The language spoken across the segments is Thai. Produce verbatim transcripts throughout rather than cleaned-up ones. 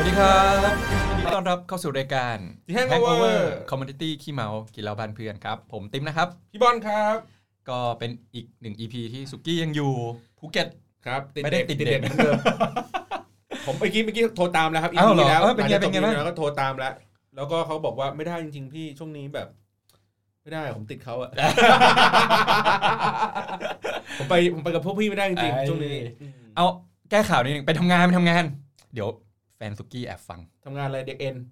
วัสดีครับยินดีต้อนรับเข้าสู่รายการ Hangover Community ขี้เมากินเหล้าบ้านเพื่อนครับผมติ๊มนะครับพี่บอลครับก็เป็นอีกหนึ่ง อี พี ที่สุกี้ยังอยู่ภูเก็ตครับไม่ได้ติดเด็กเหมือนเดิมผมเมื่อกี้เมื่อกี้โทรตามแล้วครับอี พี แล้วเป็นไงเป็นไงบ้างแล้วก็โทรตามแล้วแล้วก็เขาบอกว่าไม่ได้จริงๆพี่ช่วงนี้แบบไม่ได้ผมติดเขาอะ ผมไปผมไปกับพวกพี่ไม่ได้จริงๆช่วงนี้เอาแก้ข่าวนิดนึงไปทำงานไปทำงานเดี๋ยวแฟนสุกี้แอบฟังทำงานอะไรเด็กเอ็น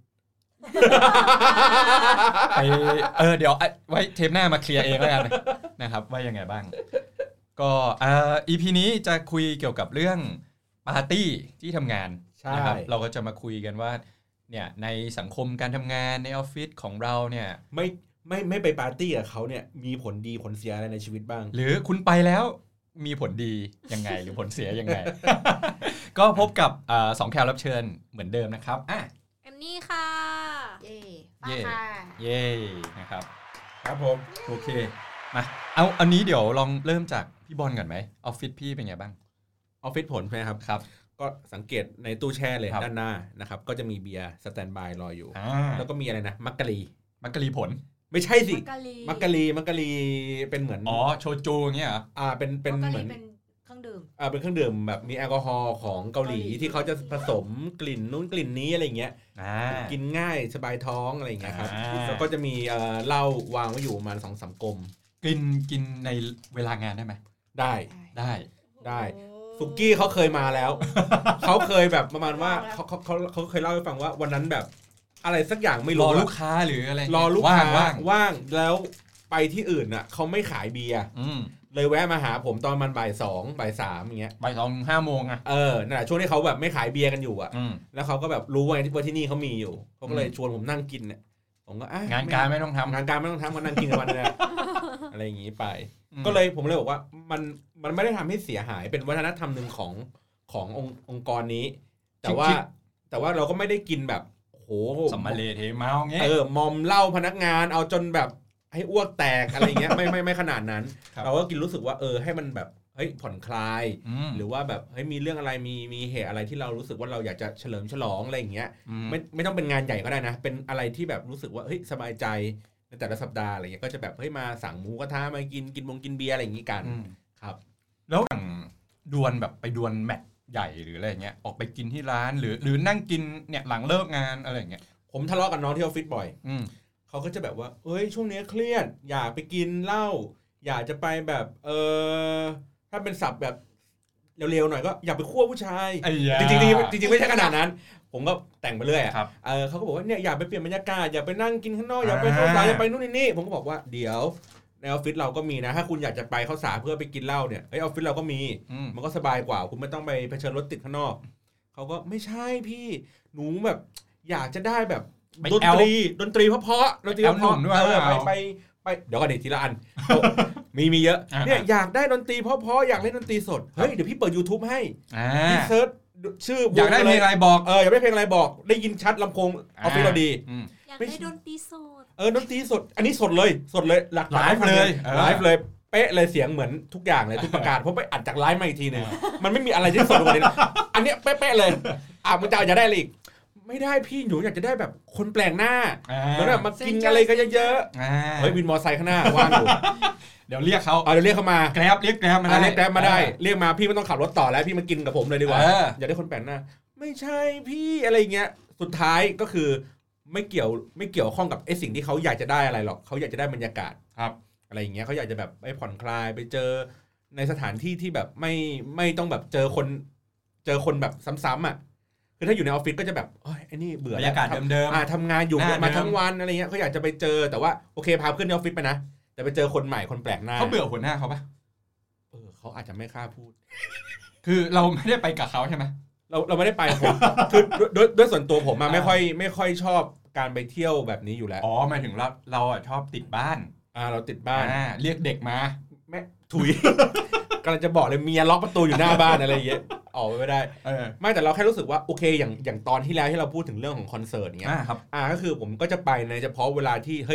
ไปเออเดี๋ยวไว้เทปหน้ามาเคลียร์เองแล้วกันนะครับว่ายังไงบ้างก็อ่า อี พี นี้จะคุยเกี่ยวกับเรื่องปาร์ตี้ที่ทำงานนะครับเราก็จะมาคุยกันว่าเนี่ยในสังคมการทำงานในออฟฟิศของเราเนี่ยไม่ไม่ไม่ไปปาร์ตี้กับเขาเนี่ยมีผลดีผลเสียอะไรในชีวิตบ้างหรือคุณไปแล้วมีผลดียังไงหรือผลเสียยังไง ก็พบกับอ่าสองแขกรับเชิญเหมือนเดิมนะครับอ่ะเอมนี่ค่ะเย่เย่เย่นะครับครับผมโอเคมาเอาอันนี้เดี๋ยวลองเริ่มจากพี่บอลก่อนไหมออฟฟิศพี่เป็นไงบ้างออฟฟิศผลใช่ไหมครับครับก็สังเกตในตู้แช่เลยด้านหน้านะครับก็จะมีเบียร์สแตนด์บายรออยู่แล้วก็มีอะไรนะมักกะลีมักกะลีผลไม่ใช่สิมักกะลีมักกะลีเป็นเหมือนอ๋อโชจูอย่างเงี้ยเหรออ่าเป็นเป็นเหมือนเป็นเครื่องดื่มอ่าเป็นเครื่องดื่มแบบมีแอลกอฮอล์ของเกาหลีที่เขาจะผสมกลิ่นนู้นกลิ่นนี้อะไรเงี้ยกินง่ายสบายท้องอะไรเงี้ยครับแล้วก็จะมีเอ่อเหล้าวางไว้อยู่ประมาณ สองสาม กลมกินกินในเวลางานได้ไหมได้ได้ได้สุกี้เขาเคยมาแล้วเขาเคยแบบประมาณว่าเขาเขาเขาเขาเคยเล่าให้ฟังว่าวันนั้นแบบอะไรสักอย่างไม่รู้รอลูกค้าหรืออะไรรอลูกค้าว่างว่างแล้วไปที่อื่นน่ะเขาไม่ขายเบียร์เลยแวะมาหาผมตอนมันบ่ายสองบ่ายสามอย่างเงี้ยบ่ายสองห้าโมงอ่ะเออนั่นแหละช่วงที่เขาแบบไม่ขายเบียร์กันอยู่อ่ะแล้วเขาก็แบบรู้ว่าที่ว่าที่นี่เขามีอยู่เขาก็เลยชวนผมนั่งกินเนี่ยผมก็งานการไม่ต้องทำงานการไม่ต้องทำก็นั่งกินกันวันนี้อะไรอย่างงี้ไปก็เลยผมเลยบอกว่ามันมันไม่ได้ทำให้เสียหายเป็นวัฒนธรรมหนึ่งของขององค์กรนี้แต่ว่าแต่ว่าเราก็ไม่ได้กินแบบโหสัมมาเลเทเมาเงี้ยเออมอมเหล้าพนักงานเอาจนแบบให้อ้วกแตกอะไรเงี้ยไม่ไม่ไม่ขนาดนั้นเราก็กินรู้สึกว่าเออให้มันแบบเฮ้ยผ่อนคลายหรือว่าแบบเฮ้ยมีเรื่องอะไรมีมีเหตุอะไรที่เรารู้สึกว่าเราอยากจะเฉลิมฉลองอะไรอย่างเงี้ยไม่ไม่ต้องเป็นงานใหญ่ก็ได้นะเป็นอะไรที่แบบรู้สึกว่าเฮ้ยสบายใจในแต่ละสัปดาห์อะไรเงี้ยก็จะแบบเฮ้ยมาสั่งหมูกระทะมากินกินวงกินเบียร์อะไรอย่างงี้กันครับแล้วอย่างดวลแบบไปดวลแมตช์ใหญ่หรืออะไรเงี้ยออกไปกินที่ร้านหรือหรือนั่งกินเนี่ยหลังเลิกงานอะไรเงี้ยผมทะเลาะกับน้องที่ออฟฟิศบ่อยเขาก็จะแบบว่าเอ้ยช่วงนี้เครียดอยากไปกินเหล้าอยากจะไปแบบเออถ้าเป็นศัพท์แบบเร็วๆหน่อยก็อยากไปคั่วผู้ชายจริงๆจริงๆไม่ใช่ขนาดนั้นผมก็แต่งไปเรื่อยอ่ะเออเขาก็บอกว่าเนี่ยอยากไปเปลี่ยนบรรยากาศอยากไปนั่งกินข้างนอกอยากไปเข้าสารอยากไปนู่นนี่ผมก็บอกว่าเดี๋ยวในออฟฟิศเราก็มีนะถ้าคุณอยากจะไปเข้าสารเพื่อไปกินเหล้าเนี่ยไอออฟฟิศเราก็มีมันก็สบายกว่าคุณไม่ต้องไปเผชิญรถติดข้างนอกเขาก็ไม่ใช่พี่หนูแบบอยากจะได้แบบดนตรีดนตรีเพราะๆดนตรีเพราะๆเออไปไปไปเดี๋ยวก่อนเดี๋ยวทีละอันมีมีเยอะเนี่ยอยากได้ดนตรีเพราะๆอยากเล่นดนตรีสดเฮ้ยเดี๋ยวพี่เปิด YouTube ให้พี่เซิร์ชชื่ออยากได้เพลงอะไรบอกเอออยากได้เพลงอะไรบอกได้ยินชัดลำโพงออฟฟิศเราดีอยากได้ดนตรีสดเออดนตรีสดอันนี้สดเลยสดเลยหลักไลฟ์เลยไลฟ์เลยเป๊ะเลยเสียงเหมือนทุกอย่างเลยทุกประการเพราะไปอัดจากไลฟ์มาอีกทีนึงมันไม่มีอะไรที่สดกว่านี้นะอันเนี้ยเป๊ะๆเลยอ่ะมึงจะอยากได้อะไรอีกไม่ได้พี่หนูอยากจะได้แบบคนแปลกหน้าเหมือนแบบมากินอะไรกันเยอะๆเฮ้ยวินมอไซค์ข้างหน้าว่างอยู่เดี๋ยวเรียกเขาเอาเดี๋ยวเรียกเขามาแกร็บเรียกแกร็บมาได้เรียกแกร็บมาได้เรียกมาพี่ไม่ต้องขับรถต่อแล้วพี่มากินกับผมเลยดีกว่าอยากได้คนแปลกหน้าไม่ใช่พี่อะไรเงี้ยสุดท้ายก็คือไม่เกี่ยวไม่เกี่ยวข้องกับไอ้สิ่งที่เขาอยากจะได้อะไรหรอกเขาอยากจะได้บรรยากาศครับอะไรอย่างเงี้ยเขาอยากจะแบบไปผ่อนคลายไปเจอในสถานที่ที่แบบไม่ไม่ต้องแบบเจอคนเจอคนแบบซ้ำๆอ่ะคือถ้าอยู่ในออฟฟิศก็จะแบบเอ้ยไอ้นี่เบื่อบรรยากาศเดิมๆอ่าทำงานอยู่มาทั้งวันอะไรเงี้ยเขาอยากจะไปเจอแต่ว่าโอเคพาเพื่อนในออฟฟิศไปนะแต่ไปเจอคนใหม่คนแปลกหน้าเขาเบื่อหัวหน้าเขาปะเออเขาอาจจะไม่กล้าพูดคือเราไม่ได้ไปกับเขาใช่ไหมเราเราไม่ได้ไปผมคือด้วยด้วยส่วนตัวผมมาไม่ค่อยไม่ค่อยชอบการไปเที่ยวแบบนี้อยู่แล้วอ๋อหมายถึงเราเราอ่ะชอบติดบ้านอ่าเราติดบ้านอ่าเรียกเด็กมาแม่ถุยกำลังจะบอกเลยเมียล็อกประตูอยู่หน้าบ้านอะไรอย่างเงี้ยออกไม่ได้ไม่แต่เราแค่รู้สึกว่าโอเคอย่างอย่างตอนที่แล้วที่เราพูดถึงเรื่องของคอนเสิร์ตเงี้ยอ่าครับอ่าก็คือผมก็จะไปในเฉพาะเวลาที่เฮ้ย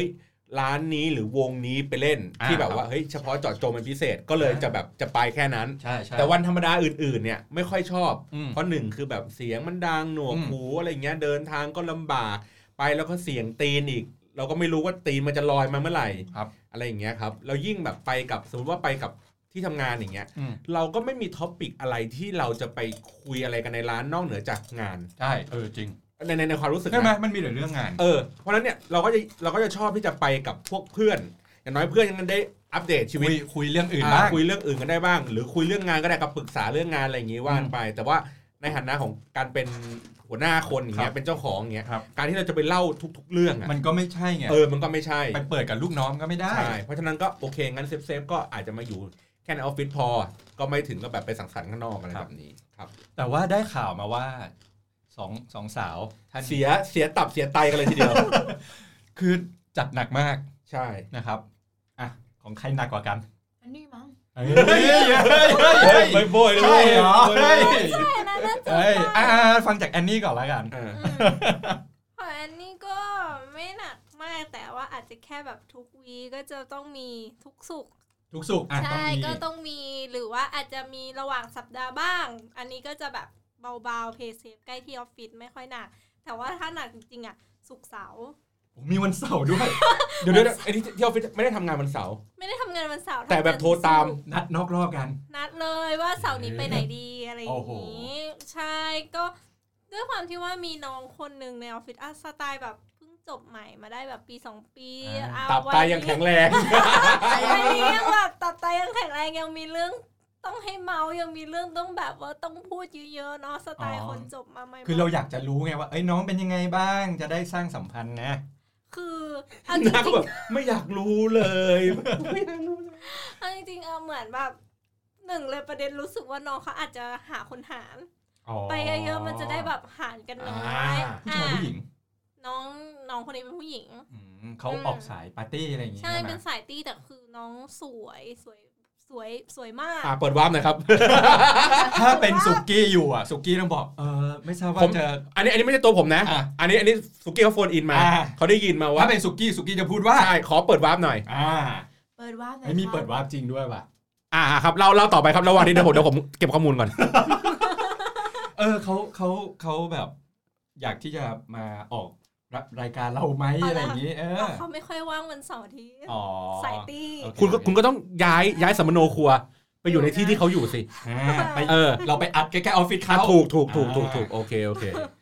ร้านนี้หรือวงนี้ไปเล่นที่แบบว่าเฮ้ยเฉพาะเจาะจงเป็นพิเศษก็เลยจะแบบจะไปแค่นั้นแต่วันธรรมดาอื่นๆเนี่ยไม่ค่อยชอบเพราะหนึ่งคือแบบเสียงมันดังหนวกหูอะไรเงี้ยเดินทางก็ลำบากไปแล้วก็เสียงตีนอีกเราก็ไม่รู้ว่าตีนมันจะลอยมาเมื่อไหร่อะไรอย่างเงี้ยครับเรายิ่งแบบไปกับสมมติว่าไปกับที่ทำงานอย่างเงี้ยเราก็ไม่มีท็อปิกอะไรที่เราจะไปคุยอะไรกันในร้านนอกเหนือจากงานใช่เออจริงในในในความรู้สึกใช่ไหมมันมีแต่เรื่องงานเออเพราะฉะนั้นเนี่ยเราก็จะเราก็จะชอบที่จะไปกับพวกเพื่อนอย่างน้อยเพื่อนยังได้อัปเดตชีวิตคุยเรื่องอื่นบ้างคุยเรื่องอื่นกันได้บ้างหรือคุยเรื่องงานก็ได้กับปรึกษาเรื่องงานอะไรอย่างงี้ว่านไปแต่ว่าในฐานะของการเป็นหัวหน้าคนอย่างเงี้ยเป็นเจ้าของอย่างเงี้ยการที่เราจะไปเล่าทุกๆเรื่องอ่ะมันก็ไม่ใช่ไงเออมันก็ไม่ใช่ไปเปิดกับลูกน้องก็ไม่ได้ใช่เพราะฉะนั้นก็โอเคงั้นเซฟๆก็อาจจะมาอยู่แค่ในออฟฟิศพอก็ไม่ถึงกับแบบไปสังสรรค์ข้างนอกอะไรแบบนี้ครับแต่ว่าได้ข่าวมาว่าสองสองสาวท่านเสียเสียตับเสียไตกันเลยทีเดียวคือจัดหนักมากใช่นะครับอ่ะของใครหนักกว่ากันอันนี้มั้งเฮ้ยเฮ้ยเฮ้ยไม่โบยเลยใช่เหรอเฮ้ยใช่นะน่าจะเฮ้ยอ่าฟังจากแอนนี่ก่อนแล้วกันของแอนนี่ก็ไม่หนักมากแต่ว่าอาจจะแค่แบบทุกวีก็จะต้องมีทุกสุขทุกสุขอ่ะใช่ก็ต้องมีหรือว่าอาจจะมีระหว่างสัปดาห์บ้างอันนี้ก็จะแบบเบาๆเพย์เซฟใกล้ที่ออฟฟิศไม่ค่อยหนักแต่ว่าถ้าหนักจริงๆอ่ะศุกร์เสาร์มีวันเสาร์ด้วยเดี๋ยวๆไอ้ที่ออฟฟิศไม่ได้ทำงานวันเสาร์ไม่ได้ทำงานวันเสาร์แต่แบบโทรตามนัดนอกรอบกันนัดเลยว่าเสาร์นี้ไปไหนดีอะไรอย่างนี้ใช่ก็ด้วยความที่ว่ามีน้องคนนึงในออฟฟิศสไตล์แบบเพิ่งจบใหม่มาได้แบบปีสองปีตับไตยังแข็งแรงอันนี้ยังแบบตับไตยังแข็งแรงยังมีเรื่องต้องให้เมายังมีเรื่องต้องแบบว่าต้องพูดเยอะๆเนาะสไตล์คนจบมาใหม่คือเราอยากจะรู้ไงว่าเอ้ยน้องเป็นยังไงบ้างจะได้สร้างสัมพันธ์นะคือเอาจริงๆแบบไม่อยากรู้เลยไม่อยากรู้เลยเอาจริงๆเออเหมือนแบบหนึ่งเลยประเด็นรู้สึกว่าน้องเขาอาจจะหาคนหารไปเยอะๆมันจะได้แบบหารกันน้อยผู้ชายผู้หญิงน้องน้องคนนี้เป็นผู้หญิงเขาออกสายปาร์ตี้อะไรอย่างงี้ใช่เป็นสายตี้แต่คือน้องสวยสวยสวยสวยมากอ่าเปิดวาร์ปหน่อยครับถ้าเป็นสุกี้อยู่อ่ะสุกี้ต้องบอกเออไม่ทราบว่าจะอันนี้อันนี้ไม่ใช่ตัวผมนะอันนี้อันนี้สุกี้เขาโฟนอินมาเขาได้ยินมาว่าถ้าเป็นสุกี้สุกี้จะพูดว่าใช่ขอเปิดวาร์ปหน่อยอ่าเปิดวาร์ปไม่มีเปิดวาร์ปจริงด้วยว่ะอ่าครับเราเราต่อไปครับระหว่างนี้เดี๋ยวผมเดี๋ยวผมเก็บข้อมูลก่อนเออเขาเขาเขาแบบอยากที่จะมาออกรายการเราไหมอะไรอย่างนี้เออเขาไม่ค่อยว่างวันเสาร์อาทิตย์สายตี้คุณคุณก็ต้องย้ายย้ายสัมมโนครัวไปอยู่ในที่ที่เขาอยู่สิไปเออเราไปอัดใกล้ๆออฟฟิศเขาถูกถูกถูกถูกถูกโอเคโอเค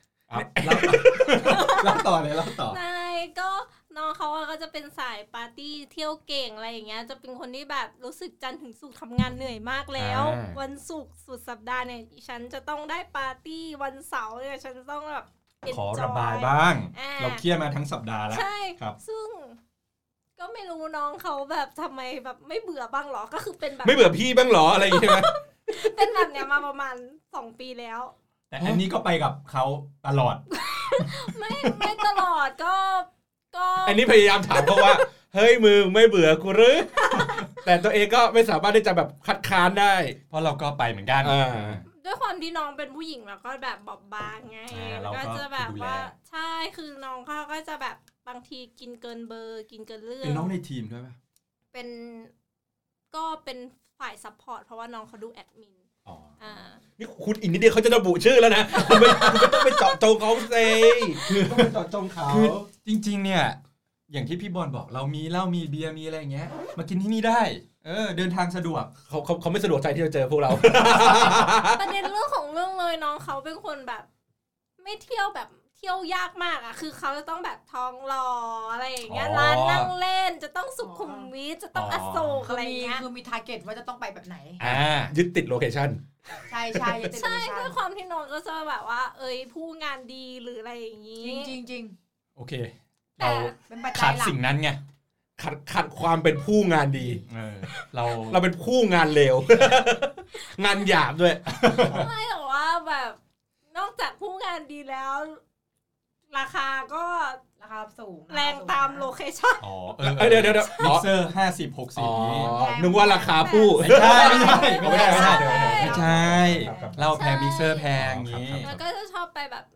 แล้วต่อเลยแล้วต่อใช่ก็น้องเขาก็จะเป็นสายปาร์ตี้เที่ยวเก่งอะไรอย่างเงี้ยจะเป็นคนที่แบบรู้สึกจันทร์ถึงศุกร์ทำงานเหนื่อยมากแล้ววันศุกร์สุดสัปดาห์เนี่ยฉันจะต้องได้ปาร์ตี้วันเสาร์เนี่ยฉันต้องแบบขอระบายบ้างเราเครียดมาทั้งสัปดาห์แล้วใช่ซึ่งก็ไม่รู้น้องเขาแบบทำไมแบบไม่เบื่อบ้างหรอก็คือเป็นแบบไม่เบื่อพี่บ้างหรออะไรอย่างเงี้ยเป็นแบบเนี้ยมาประมาณสองปีแล้วแต่อันนี้ก็ไปกับเขาตลอดไม่ไม่ตลอดก็ก็อันนี้พยายามถามเพราะว่าเฮ้ยมึงไม่เบื่อกูหรือแต่ตัวเองก็ไม่สามารถที่จะแบบคัดค้านได้เพราะเราก็ไปเหมือนกันด้วยความที่น้องเป็นผู้หญิงแล้วก็แบบบอบบางไงก็จะแบบว่าใช่คือน้องเขาก็จะแบบบางทีกินเกินเบอร์กินเกินเรื่องเป็นน้องในทีมด้วยป่ะเป็นก็เป็นฝ่ายซัพพอร์ตเพราะว่าน้องเขาดูแอดมินอ๋ออ่านี่คุณอีกนิดเดียวเขาจะระบุชื่อแล้วนะคุณไม่คุณไม่ต้องไปเจาะจงเขาเซ่คือต้องไปเจาะจงเขาคือจริงๆเนี่ยอย่างที่พี่บอลบอกเรามีเหล้ามีเบียร์มีอะไรอย่างเงี้ยมากินที่นี่ได้เออเดินทางสะดวกเขาเขาเขาไม่สะดวกใจที่จะเจอพวกเราประเด็นเรื่องของเรื่องเลยน้องเขาเป็นคนแบบไม่เที่ยวแบบเที่ยวยากมากอ่ะคือเขาจะต้องแบบท้องหล่ออะไรอย่างเงี้ยร้านนั่งเล่นจะต้องสุขุมวิทจะต้องอโศกอะไรอย่างเงี้ยคือมีทาร์เก็ตว่าจะต้องไปแบบไหนอ่ายึดติดโลเคชั่นใช่ใช่ใช่ด้วยความที่น้องก็จะแบบว่าเอ้ยผู้งานดีหรืออะไรอย่างงี้จริงจริงโอเคเราขาดสิ่งนั้นไงขัดขัดความเป็นผู้งานดีเออเราเราเป็นผู้งานเลวงานหยาบด้วยไม่หรอกว่าแบบนอกจากผู้งานดีแล้วราคาก็ราคาสูงแรงตามโลเคชั่นอ๋อเออเดี๋ยวเดี๋ยวมิกเซอร์ห้าสิบ หกสิบนี้นึกว่าราคาผู้ไม่ใช่ไม่ใช่ไม่ได้ไม่ใช่ไม่ใช่เราแพงมิกเซอร์แพงงี้แล้วก็จะชอบไปแบบก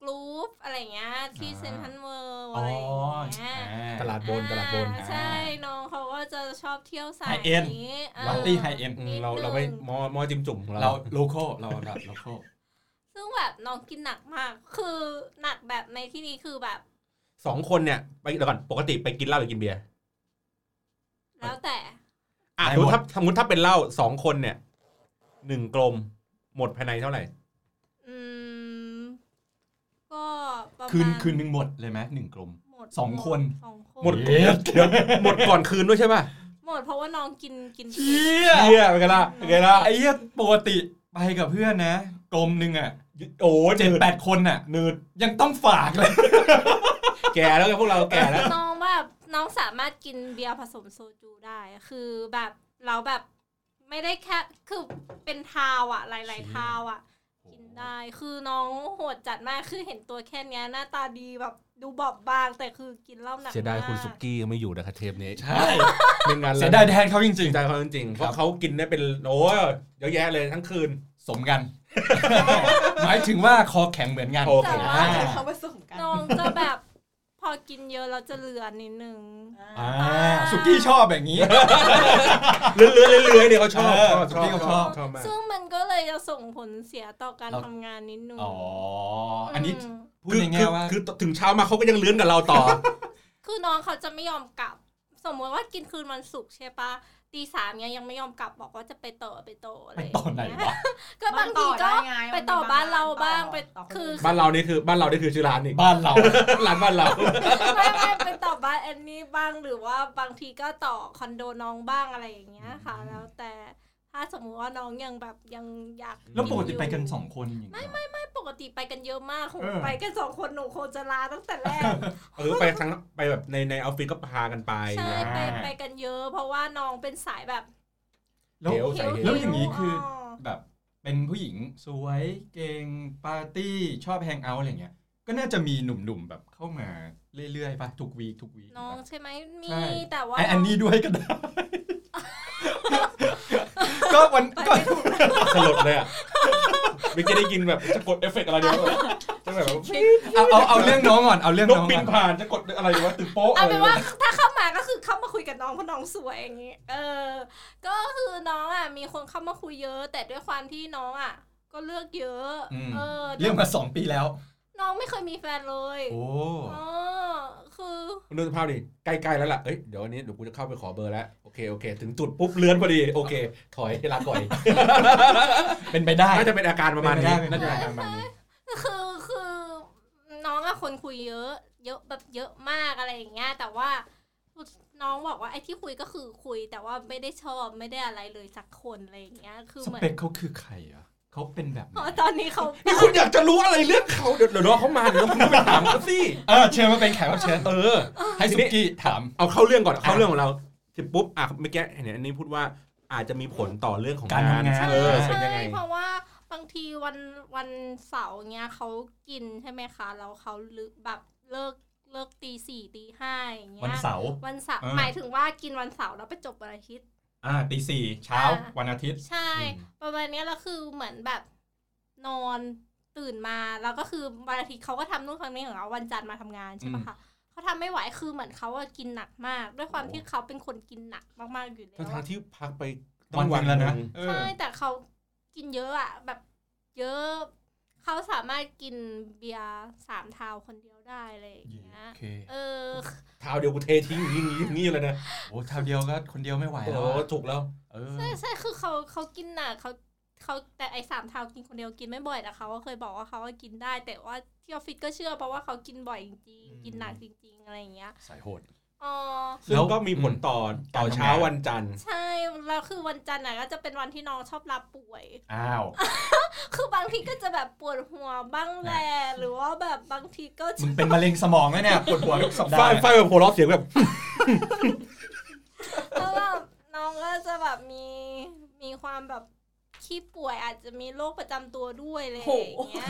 รูฟอะไรเงี้ยที่เซ็นทรัลเวิลด์อะไรอย่างเงี้ยตลาดบนตลาดบนใช่น้องเขาก็จะชอบเที่ยวสายนี้ปาร์ตี้ไฮเอ็นเราเราไม่มอมอจิ้มจุ่มเราโลคอลเราแบบโลคอลซึ่งแบบน้องกินหนักมากคือหนักแบบในที่นี้คือแบบสองคนเนี่ยไปเดี๋ยวก่อนปกติไปกินเหล้าหรือกินเบียร์แล้วแต่อ่ะสมมติถ้าสมมติถ้าเป็นเหล้าสองคนเนี่ยหนึ่งกลมหมดภายในเท่าไหร่อืมก็ประมาณคืนคืนนึงหมดเลยไหมหนึ่งกลมสองคนหมดหมดก่อนคืนด้วยใช่ป่ะหมดเพราะว่าน้องกินกินเชี่ยเชี่ยเป็นไงล่ะเป็นไงล่ะไอ้เหี้ยปกติไปกับเพื่อนนะกลมนึงอ่ะโอ้เจ็ดแปดคนอ่ะนืดยังต้องฝากเลยแก่แล้วพวกเราแก่แล้วน้องแบบน้องสามารถกินเบียร์ผสมโซจูได้คือแบบเราแบบไม่ได้แค่คือเป็นทาวอ่ะหลายๆทาวอ่ะกินได้คือน้องโหดจัดมากคือเห็นตัวแค่นี้หน้าตาดีแบบดูบอบบางแต่คือกินเหล้าหนักมากเสียดายคุณสุกี้ไม่อยู่นะครับเทปนี้ใช่เป็นงานเสียดายแทนเขาจริงๆใจเขาจริงๆเพราะเขากินได้เป็นโอ้เยอะแยะเลยทั้งคืนสมกันหมายถึงว่าคอแข็งเหมือนกันโอเคเขาผสมกันน้องจะแบบพอกินเยอะเราจะเหลือนิดนึงสุกี้ชอบแบบนี้เลื่อยๆเลื่อยๆเนี่ยเขาชอบสุกี้เขาชอบซึ่งมันก็เลยจะส่งผลเสียต่อการทำงานนิดนึงอ๋ออันนี้พูดในแง่ว่าคือถึงเช้ามาเขาก็ยังเลื้อนกับเราต่อคือน้องเขาจะไม่ยอมกลับสมมติว่ากินคืนวันศุกร์ใช่ปะตีสามเนี้ยยังไม่ยอมกลับบอกว่าจะไปต่อไปต่ออะไรไปต่อไหนวะก็บางทีก็ไปต่อบ้านเราบ้างไปคือบ้านเรานี่คือบ้านเรานี่คือชื่อร้านนี่บ้านเราร้านบ้านเราไม่ไม่ไปต่อบ้านแอนนี่บ้างหรือว่าบางทีก็ต่อคอนโดน้องบ้างอะไรอย่างเงี้ยค่ะแล้วแต่ถ้าสมมุติว่าน้องยังแบบยังอยากแล้วปกติไปกันสองคนอย่างเงี้ยไม่ไม่ไม่ปกติไปกันเยอะมากไปกันสองคนหนูคงจะลาตั้งแต่แรกเออไปทั้งไปแบบในในออฟฟิศก็พากันไปใช่ไปไปกันเยอะเพราะว่าน้องเป็นสายแบบแล้วแล้วอย่างนี้คือแบบเป็นผู้หญิงสวยเก่งปาร์ตี้ชอบแฮงเอาท์อะไรเงี้ยก็น่าจะมีหนุ่มๆแบบเข้ามาเรื่อยๆป่ะทุกวีคทุกวีคน้องใช่ไหมมีแต่ว่าไออันนี้ด้วยก็ได้ก็วันก็สลดเลยอ่ะไม่คิดได้ยินแบบจะกดเอฟเฟกต์อะไรเดียวจะแบบเอาเอาเอาเรื่องน้องก่อนเอาเรื่องน้องบินผ่านจะกดอะไรวะตึกโป๊ะเอาเป็นว่าถ้าเข้ามาก็คือเข้ามาคุยกับน้องเพราะน้องสวยอย่างงี้เออก็คือน้องอ่ะมีคนเข้ามาคุยเยอะแต่ด้วยความที่น้องอ่ะก็เลือกเยอะเออเรื่องมาสองปีแล้วน้องไม่เคยมีแฟนเลยโอ้คือดูสภาพดิใกล้ๆแล้วล่ะเอ้ยเดี๋ยววันนี้เดี๋ยวกูจะเข้าไปขอเบอร์แล้วโอเคโอเคถึงจุดปุ๊บเลื่อนพอดีโอเคถอยลาก่อยเป็นไปได้น่าจะเป็นอาการประมาณนี้น่าจะเป็นอาการประมาณนี้คือคือน้องอะคนคุยเยอะเยอะแบบเยอะมากอะไรอย่างเงี้ยแต่ว่าน้องบอกว่าไอ้ที่คุยก็คือคุยแต่ว่าไม่ได้ชอบไม่ได้อะไรเลยสักคนอะไรอย่างเงี้ยคือเหมือนสเปคเขาคือใครอะเขาเป็นแบบอ๋อตอนนี้เขานี่คุณอยากจะรู้อะไรเรื่องเขาเดี๋ยวเดี๋ยวเขามาเดี๋ยวคุณไปถามเขาสิเออเชิญมาเป็นแขกรับเชิญเออให้สุกี้ถามเอาเข้าเรื่องก่อนเข้าเรื่องของเราสิปุ๊บอ่ะเมื่อกี้เห็นอันนี้พูดว่าอาจจะมีผลต่อเรื่องของการทำงานเออเป็นยังไงเพราะว่าบางทีวันวันเสาร์เงี้ยเขากินใช่ไหมคะแล้วเขาแบบเลิกเลิกตีสี่ตีห้าอย่างเงี้ยวันเสาร์วันเสาร์หมายถึงว่ากินวันเสาร์แล้วไปจบวันอาทิตย์อ่าตีสี่เช้าวันอาทิตย์ใช่ประมาณนี้แล้วคือเหมือนแบบนอนตื่นมาแล้วก็คือวันอาทิตย์เขาก็ทำนู่นทำนี่ของเขาวันจันทร์มาทำงานใช่ปะคะเขาทำไม่ไหวคือเหมือนเขาอะกินหนักมากด้วยความที่เขาเป็นคนกินหนักมากๆอยู่แล้วทั้งที่พักไปวันวันแล้วนะใช่แต่เขากินเยอะอะแบบเยอะเขาสามารถกินเบียร์สามเท้าคนเดียวได้อะไรอย่างเงี้ยเออเท้าเดียวกูเททิ้งอย่างงี้อย่างงี้เลยนะโอ้เท้าเดียวก็คนเดียวไม่ไหวแล้วโอ้ถูกแล้วเออใช่ใช่คือเขาเขากินหนักเขาเขาแต่ไอ้สามเท้ากินคนเดียวกินไม่บ่อยแต่เขาก็เคยบอกว่าเขาก็กินได้แต่ว่าที่ออฟฟิศก็เชื่อเพราะว่าเขากินบ่อยจริงๆกินหนักจริงๆอะไรอย่างเงี้ยสายโหดอ๋อซึ่งก็มีผลต่อต่อเช้าวันจันทร์ใช่แล้วคือวันจันทร์น่ะก็จะเป็นวันที่น้องชอบลาป่วยอ้าวคือบางทีก็จะแบบปวดหัวบ้างแหละหรือว่าแบบบางทีก็มึงเป็นมะเร็งสมองแล้วเนี่ยปวดหัวทุกสัปดาห์ไฟแบบหัวเราะเสียงแบบแล้วแบบน้องก็จะแบบมีมีความแบบขี้ป่วยอาจจะมีโรคประจำตัวด้วยอะไรอย่างเงี้ย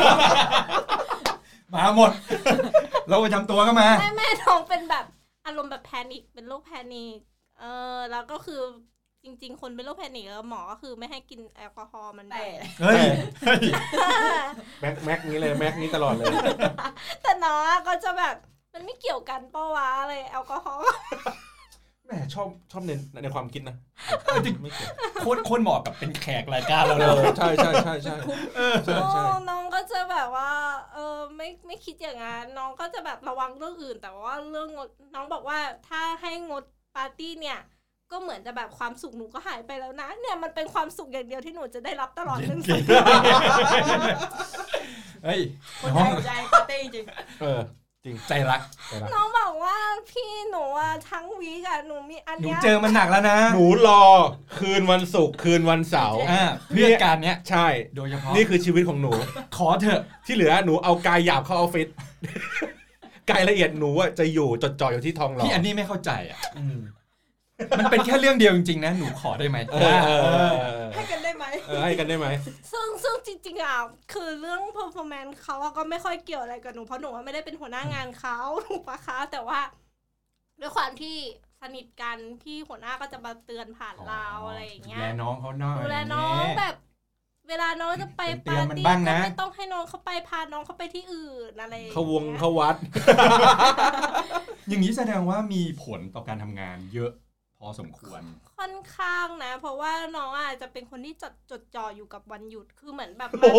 มาหมดโรคประจำตัวก็มาแม่แม่น้องเป็นแบบอารมณ์แบบแพนิคเป็นโรคแพนิคเออแล้วก็คือจริงๆคนเป็นโรคแพนิคหมอก็คือไม่ให้กินแอลกอฮอล์มันแต่เฮ้ยแม็กแม็กนี้เลยแม็กนี้ตลอดเลยแต่น้องก็จะแบบมันไม่เกี่ยวกันเป้าวะอะไรแอลกอฮอล์แหมชอบชอบในในความคิดนะไม่เกี่ยวโคตรโคตรเหมาะกับเป็นแขกรายการเราเอเลยอใช่ใช่ใช่ใช่เออใช่ใช่น้องก็จะแบบว่าเออไม่ไม่คิดอย่างนั้นน้องก็จะแบบระวังเรื่องอื่นแต่ว่าเรื่องงดน้องบอกว่าถ้าให้งดปาร์ตี้เนี่ยก็เหมือนจะแบบความสุขหนูก็หายไปแล้วนะเนี่ยมันเป็นความสุขอย่างเดียวที่หนูจะได้รับตลอดทั้งสัปดาห์เฮ้ยคนน้องใจใจปาร์ตี้จริงเออจริงใจรักใจรักน้องบอกว่าพี่หนูอะทั้งวีคอะหนูมีอันหนูเนี้ยเจอมันหนักแล้วนะหนูรอคืนวันศุกร์คืนวันเสาร์อ่าเพื่อการเนี้ยใช่โดยเฉพาะนี่คือชีวิตของหนูขอเถอะที่เหลือหนูเอากายหยาบเข้าออฟฟิศ กายละเอียดหนูอ่ะจะอยู่จดจ่ออยู่ที่ทองหล่อพี่อันนี้ไม่เข้าใจอ่ะอืมมันเป็นแค่เรื่องเดียวจริงๆนะหนูขอได้ไหมเออเออเออเออให้กันได้ไหมเออให้กันได้ไหมซึ่งซึ่งจริงๆอะคือเรื่อง performance เขาอะก็ไม่ค่อยเกี่ยวอะไรกับหนูเพราะหนูว่าไม่ได้เป็นหัวหน้างานเขาถูกปะคะแต่ว่าด้วยความที่สนิทกันพี่หัวหน้าก็จะมาเตือนผ่านเราอะไรอย่างเงี้ดูยแลน้องเขาหน่อยดูแลน้องแบบ เวลาน้องจะไปเตือปาน ร์มันตี้บ้างก็นะไม่ต้องให้น้องเขาไปพาน้องเขาไปที่อื่นอะไรอย่งงี้ยเข้าวงเข้าวัดอย่างนี้แสดงว่ามีผลต่อการทำงานเยอะพอสมควรค่อนข้างนะ เพราะว่าน้องอาจจะเป็นคนที่จดจดจ่ออยู่กับวันหยุดคือเหมือนแบบโอ้โห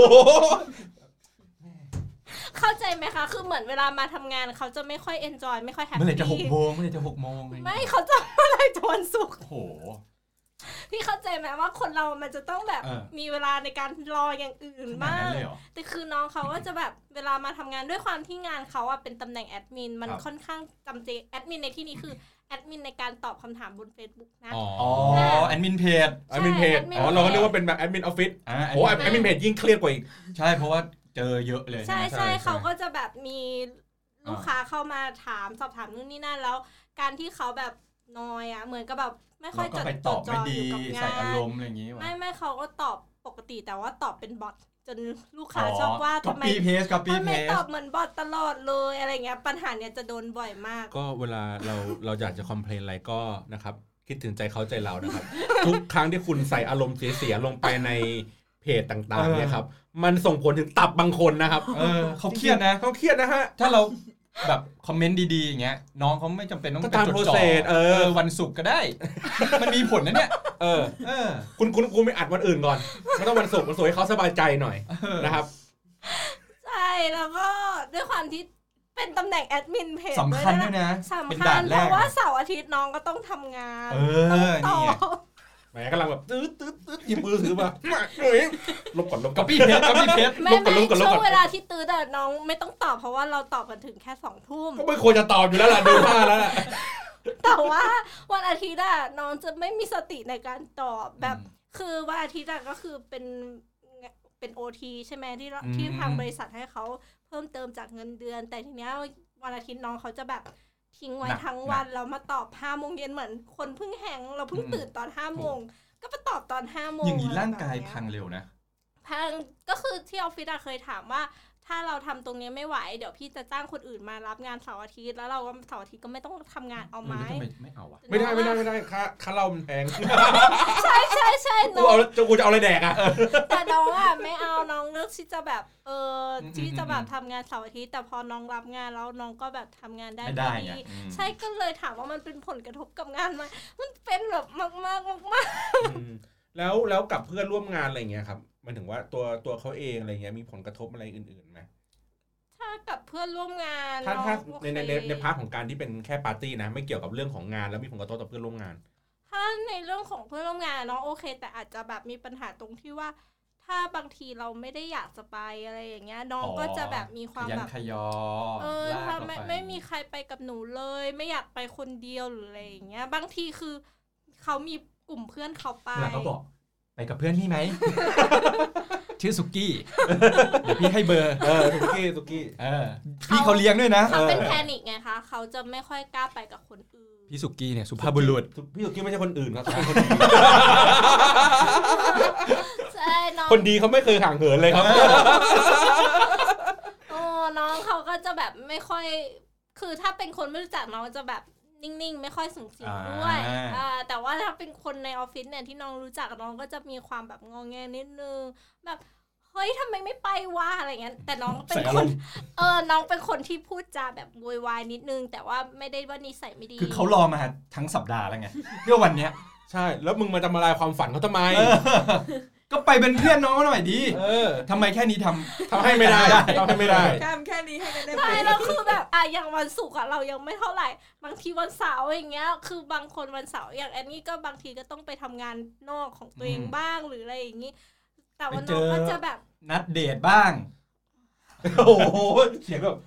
เข้าใจไหมคะคือเหมือนเวลามาทำงานเขาจะไม่ค่อยเอนจอยไม่ค่อยแฮปปี้เมื่อไหร่จะหกโมงเมื่อไหร่จะหกโมงไม่เขาจะเมื่อไหร่จะวันศุกร์โอ้โหพี่เข้าใจไหมว่าคนเรามันจะต้องแบบเออมีเวลาในการรออย่างอื่นขนาดบ้านั้งนเลยเหรอแต่คือน้องเขาก็จะแบบเวลามาทำงานด้วยความที่งานเขาอะเป็นตำแหน่งแอดมินมันครับค่อนข้างจำเจแอดมินในที่นี้คือแอดมินในการตอบคำถามบน Facebook นะอ๋ออ๋อแอดมินเพจแอดมินเพจอ๋อเราก็นึกว่าเป็นแบบแอดมินออฟฟิศอ่าโอ้แอดมินเพจยิ่งเครียดกว่าอีกใช่เพราะว่าเจอเยอะเลยใช่ไหมใช่เขาก็จะแบบมีลูกอ่าค้าเข้ามาถามสอบถามนู่นนี่นั่นแล้วการที่เขาแบบนอยอะเหมือนกับแบบไม่ค่อยเราจก็ดไปจตดอบจ่ไม่อดีอยู่กับงาใส่อาน รมณ์อะไรอย่างงี้วะไม่ไม่เขาก็ตอบปกติแต่ว่าตอบเป็นบอทจนลูกอ๋ค้าชอบว่าทำไม copy paste copy ทำไม paste ตอบเหมือนบอทตลอดเลยอะไรเงี้ยปัญหาเนี้ยจะโดนบ่อยมากก็เวลาเราเราอยากจะคอมเพลนอะไรก็นะครับคิดถึงใจเขาใจเรานะครับ ทุกครั้งที่คุณใส่อารมณ์เสียๆลงไปในเพจต่างๆเนี่ยครับมันส่งผลถึงตับบางคนนะครับเออเขาเครียดนะเขาเครียดนะฮะถ้าเราแบบคอมเมนต์ดีๆอย่างเงี้ยน้องเขาไม่จำเป็นต้องก็ไปตามจดจ่อ process เออวันศุกร์ก็ได้ มันมีผลนะเนี่ยเออเออคุณคุณคุณไม่อัดวันอื่นก่อนไม่ต้องวันศุกร์วันศุกร์ให้เขาสบายใจหน่อยนะครับใช่แล้วก็ด้วยความที่เป็นตำแหน่งแอดมินเพจสำคัญด้วยนะสำเป็นคัด่าญนเพแรกราะว่าเสาร์อาทิตย์น้องก็ต้องทำงานเอต้องอตอนี่ไงบแหมกำลังแบบตืดตืดตืดหยิบมือถือมาเฮ้ยลบก่อนลบก่ก็อนปี้เพจก็ปี้เพจไม่ลบก่อนไม่ลบก่อนลบก่อนช่วงเวลาที่ตื้อแต่น้องไม่ต้องตอบเพราะว่าเราตอบกันถึงแค่สองทุ่มก็ไม่ควรจะตอบอยู่แล้วล่ะดูท่าแล้วล่ะแต่ว่าวันอาทิตย์อะน้องจะไม่มีสติในการตอบแบบคือวันอาทิตย์อะก็คือเป็นเป็นโอทีใช่ไหมที่เราที่ทางบริษัทให้เขาเพิ่มเติมจากเงินเดือน แต่ทีเนี้ยวันอาทิตย์น้องเขาจะแบบทิ้งไว้ทั้งวันแล้วมาตอบห้าโมงเย็นเหมือนคนเพิ่งแหงเราเพิ่งตื่นตอนห้าโมงก็ไปตอบตอนห้าโมงอย่างนี้ร่างกายพังเร็วนะพังก็คือที่ออฟฟิศอะเคยถามว่าถ้าเราทำตรงนี้ไม่ไหวเดี๋ยวพี่จะจ้างคนอื่นมารับงานเสาร์อาทิตย์แล้วเราก็เสาร์อาทิตย์ก็ไม่ต้องทำงานเอาไหมเออแล้วทำไมไม่เอาอะไม่ได้ไม่ได้ไม่ได้ค่าค่าเหล้ามันแพงใช่ใช่ใช่กูน้อเอางจะกูจะเอาอะไรแดกอ่ะแต่น้องอ่ะไม่เอาน้องเลือกที่จะแบบเออที่จะแบบทำงานเสาร์อาทิตย์แต่พอน้องรับงานแล้วน้องก็แบบทำงานได้ไม่ได้ไงดีอืมใช่ก็เลยถามว่ามันเป็นผลกระทบกับงานไหมมันเป็นแบบมากมากมากมากอืมแล้วแล้วกับเพื่อนร่วมงานอะไรเงี้ยครับหมายถึงว่าตัวตัวเขาเองอะไรเงี้ยมีผลกระทบอะไรอื่นๆไหมถ้ากับเพื่อนร่วมงานถ้าถ้าโอเคในในในในพาร์ทของการที่เป็นแค่ปาร์ตี้นะไม่เกี่ยวกับเรื่องของงานแล้วมีผลกระทบต่อเพื่อนร่วมงานถ้าในเรื่องของเพื่อนร่วมงานน้องโอเค แต่อาจจะแบบมีปัญหาตรงที่ว่า ถ้าบางทีเราไม่ได้อยากจะไปอะไรอย่างเงี้ยน้องก็จะแบบมีความขยันแบบขยอเออลากถ้าออกไม่ปไม่มีใครไปกับหนูเลย ไม่อยากไปคนเดียวหรืออะไรอย่างเงี้ยบางทีคือเขามีกลุ่มเพื่อนเขาไปแล้วก็บอกไปกับเพื่อนพี่ไหม ชื่อสุกี้เดี๋ยวพี่ให้เบอร์เออสุกี้สุกี้เออพี่เขาเลี้ยงด้วยนะเขาเป็นแพนิคไงคะเขาจะไม่ค่อยกล้าไปกับคนอื่นพี่สุกี้เนี่ยสุภาพบุรุษพี่สุกี้ไม่ใช่คนอื่นครับเขาเป็นคนดีใช่น้องคนดีเขาไม่เคยห่างเหินเลยครับโอ้น้องเขาก็จะแบบไม่ค่อยคือถ้าเป็นคนไม่รู้จักน้องจะแบบนิ่งๆไม่ค่อยสูงสิงด้วยอ่าแต่ว่าถ้าเป็นคนในออฟฟิศเนี่ยที่น้องรู้จักน้องก็จะมีความแบบงอแงนิดนึงแบบเฮ้ยทำไมไม่ไปวะอะไรเงี้ยแต่น้องเป็นคนเออน้องเป็นคนที่พูดจาแบบโวยวายนิดนึงแต่ว่าไม่ได้ว่านิสัยไม่ดีคือเขารอมาทั้งสัปดาห์แล้วไงเพื่อวันเนี้ยใช่แล้วมึงมาทำลายความฝันเขาทำไมก็ไปเป็นเพื่อนน้องหน่อยดีเออทำไมแค่นี้ทำทำให้ไม่ได้ทำให้ไม่ได้ทำแค่นี้ให้กันได้ใช่แล้วคือแบบอ่ะอย่างวันศุกร์อ่ะเรายังไม่เท่าไหร่บางทีวันเสาร์อย่างเงี้ยคือบางคนวันเสาร์อย่างอันนี้ก็บางทีก็ต้องไปทำงานนอกของตัวเองบ้างหรืออะไรอย่างงี้แต่ว่าน้องก็จะแบบนัดเดทบ้างโอ้โหเสียงแบบ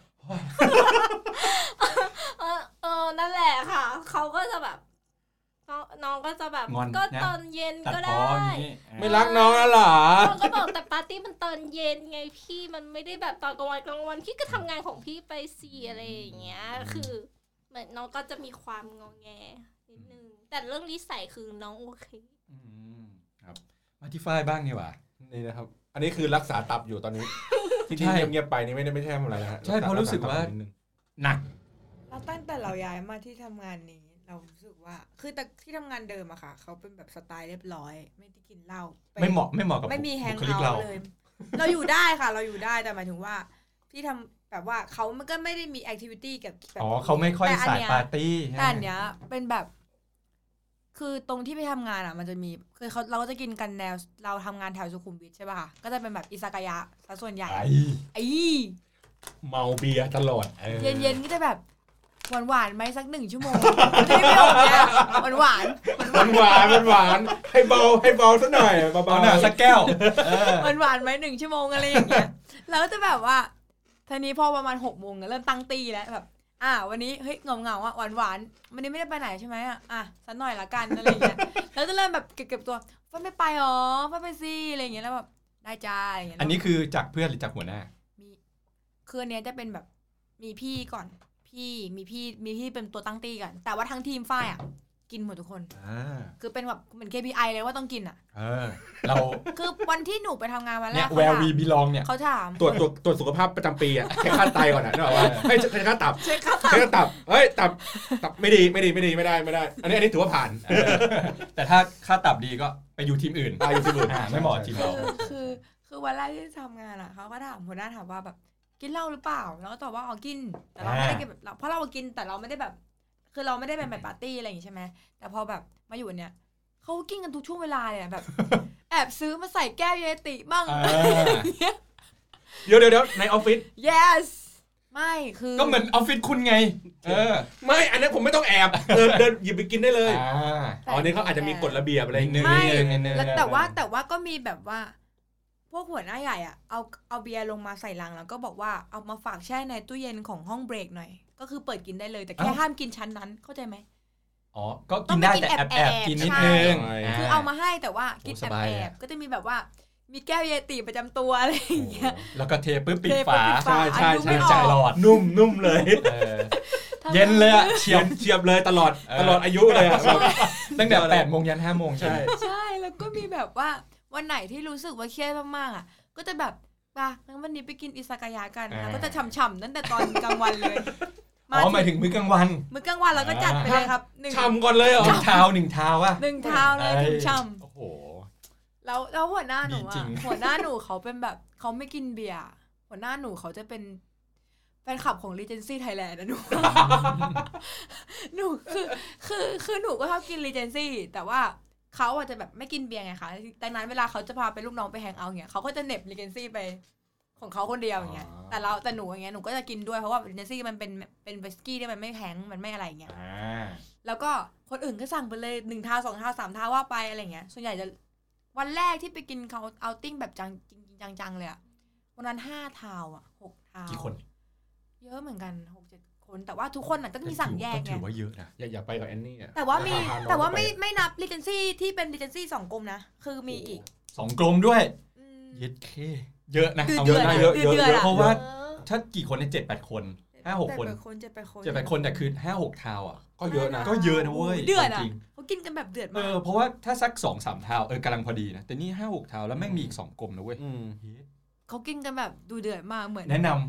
เออเออนั่นแหละค่ะเขาก็จะแบบน้องก็จะแบบก็ตอนเย็นก็ได้ไม่รักน้องแล้วหรอน้องก็บอกแต่ปาร์ตี้มันตอนเย็นไงพี่มันไม่ได้แบบตอนกลางวันกลางวันพี่ก็ทำงานของพี่ไปสิอะไรอย่างเงี้ยคือเหมือนน้องก็จะมีความงอแงนิดนึงแต่เรื่องนิสัยคือน้องโอเคครับมาที่ฝ้ายบ้างนี่หว่านี่นะครับอันนี้คือรักษาตับอยู่ตอนนี้ที่ที่เงียบๆไปนี่ไม่ได้ไม่ใช่อะไรนะฮะใช่เพราะรู้สึกว่าหนักเราตั้งแต่เราย้ายมาที่ทำงานนี้เรารู้สึกว่าคือแต่ที่ทำงานเดิมอะค่ะเขาเป็นแบบสไตล์เรียบร้อยไม่ได้กินเหล้าไม่เหมาะไม่เหมาะกับไม่มีแฮงเอาท์เลยเราอยู่ได้ค่ะเราอยู่ได้แต่หมายถึงว่าที่ทำแบบว่าเขามันก็ไม่ได้มีแอคทิวิตี้กับอ๋อเขาไม่ค่อยสายปาร์ตี้แต่อันเนี้ยเป็นแบบคือตรงที่ไปทำงานอ่ะมันจะมีคือเขาเราก็จะกินกันแนวเราทำงานแถวสุขุมวิทใช่ป่ะก็จะเป็นแบบอิซากายะซะส่วนใหญ่ไอ้เมาเบียร์ตลอดเย็นๆก็จะแบบหวานหวานไหมสักหนึ่งชั่วโมงไม่ไม่ออกเนี่ยหวานหวานหวานหวานหวานให้เบาให้เบาสักหน่อยเบาๆหน่อยสักแก้วหวานหวานไหมหนึ่งชั่วโมงอะไรอย่างเงี้ยแล้วจะแบบว่าทีนี้พอประมาณหกโมงเริ่มตั้งตีแล้วแบบอ่ะวันนี้เฮ้ยเงาเงาอ่ะหวานหวานวันนี้ไม่ได้ไปไหนใช่ไหมอ่ะอ่ะสักหน่อยละกันอะไรอย่างเงี้ยแล้วจะเริ่มแบบเก็บๆตัวฟ้าไม่ไปหรอฟ้าไปสิอะไรอย่างเงี้ยแล้วแบบได้จ้าอย่างเงี้ยอันนี้คือจากเพื่อนหรือจากหัวหน้ามีคืออันเนี้ยจะเป็นแบบมีพี่ก่อนพี่มีพี่มีพี่เป็นตัวตั้งตีกันแต่ว่าทั้งทีมฝ้ายอ่ะกินหมดทุกคนคือเป็นแบบเหมือน เค พี ไอ เลยว่าต้องกินอ่ะเราคือวันที่หนูไปทำงานวันแรก Where we belong เนี่ยเขาถามตรวจตรวจตรวจสุขภาพประจำปีอ่ะเช็คค่าไตก่อนนะนึกออกว่าเฮ้ยเช็คค่าตับเช็คค่าตับเฮ้ยตับตับไม่ดีไม่ดีไม่ดีไม่ได้ไม่ได้อันนี้อันนี้ถือว่าผ่านแต่ถ้าค่าตับดีก็ไปอยู่ทีมอื่นไปอยู่ทีมอื่นไม่เหมาะทีมเราคือคือวันแรกที่ทำงานอ่ะเขาก็ถามหัวหน้าถามว่าแบบกินเหล้าหรือเปล่าแล้วก็ตอบว่าอ๋อกินแต่เราไม่ได้กินแบบเพราะเรากินแต่เราไม่ได้แบบคือเราไม่ได้เป็นแบบปาร์ตี้อะไรอย่างงี้ใช่ไหมแต่พอแบบมาอยู่เนี่ยเขากินกันทุกช่วงเวลาเลยแบบแอบซื้อมาใส่แก้วเยติบ้างเดี๋ยวเดี๋ยวเดี๋ยวในออฟฟิศ yes ไม่คือก็เหมือนออฟฟิศคุณไงเออไม่อันนั้นผมไม่ต้องแอบเดินเดินหยิบไปกินได้เลยอ๋อนี่เขาอาจจะมีกฎระเบียบอะไรนึงไม่แต่ว่าแต่ว่าก็มีแบบว่าพวกหัวหน้าใหญ่อ่ะเอาเอาเบียร์ลงมาใส่ลังแล้วก็บอกว่าเอามาฝากแช่ในตู้เย็นของห้องเบรกหน่อยก็คือเปิดกินได้เลยแต่แค่ห้ามกินชั้นนั้นเข้าใจไหมอ๋อก็กินได้แต่แอบแอบกินนิดนึงคือเอามาให้แต่ว่ากินแอบแอบก็จะมีแบบว่ามีแก้วเยติประจำตัวอะไรอย่างเงี้ยแล้วก็เทปุ๊บปิดฝาใช่ใช่ใช่ใจหลอดนุ่มนุ่มเลยเย็นเลยอ่ะเฉียบเฉียบเลยตลอดตลอดอายุเลยอ่ะตั้งแต่แปดโมงยันห้าโมงใช่ใช่แล้วก็มีแบบว่าวันไหนที่รู้สึกว่าเครียดมากๆอ่ะก็จะแบบป่ะงั้นวันนี้ไปกินอิซากายะกันแล้วก็จะฉ่ำๆตั้งแต่ตอนกลางวันเลยอ๋อหมายถึงมื้อกลางวันมื้อกลางวันเราก็จัดไปเลยครับฉ่ำก่อนเลยเหรอหนึ่งเท้าหนึ่งเท้าว่ะหนึ่งเท้าเลยถึงฉ่ำโอ้โหแล้วแล้วหัวหน้าหนูอ่ะหัวหน้าหนูเขาเป็นแบบเขาไม่กินเบียร์หัวหน้าหนูเขาจะเป็นแฟนคลับของ Regency Thailand นะหนูหนูคือคือคือหนูก็ชอบกิน Regency แต่ว่าเขาอาจจะแบบไม่กินเบียร์ไงคะดังนั้นเวลาเขาจะพาไปลูกน้องไปแฮงเอาท์เงี้ยเขาก็จะเน็บ Regency ไปของเขาคนเดียวอย่างเงี้ยแต่เราแต่หนูอย่างเงี้ยหนูก็จะกินด้วยเพราะว่า Regency มันเป็นเป็นวิสกี้ที่มันไม่แข็งมันไม่อะไรเงี้ยแล้วก็คนอื่นก็สั่งไปเลยหนึ่งเท้าสองเท้าสามเท้าว่าไปอะไรเงี้ยส่วนใหญ่จะวันแรกที่ไปกินเขาเอาติ้งแบบจังจริงจังๆเลยอะวันนั้นห้าเท้าอ่ะหกเท้ากี่คนเยอะเหมือนกันหกเจ็ดคนแต่ว่าทุกคนน่ะก็มีสั่งแยกไงถือว่าเยอะนะอย่าไปกับแอนนี่อ่ะแต่ว่ามีแต่ว่าไม่ไม่นับ Regency ที่เป็น Regency สองกลมนะคือมีอีกสองกลมด้วยเย็ดเคเยอะนะเยอะนะเยอะเยอะเพราะว่าถ้ากี่คนในเจ็ดแปดคนห้าหกคนเจ็ดแปดคนเจ็ดแปดคนแต่คือห้าหกเท้าอ่ะก็เยอะนะก็เยอะนะเว้ยเดือดอ่ะเขากินกันแบบเดือดมากเออเพราะว่าถ้าสัก สองสาม เท้าเออกำลังพอดีนะแต่นี่ห้าหกเท้าแล้วแม่งมีอีกสองกลมนะเว้ยเขากินกันแบบดูเดือดมากเหมือนแนะน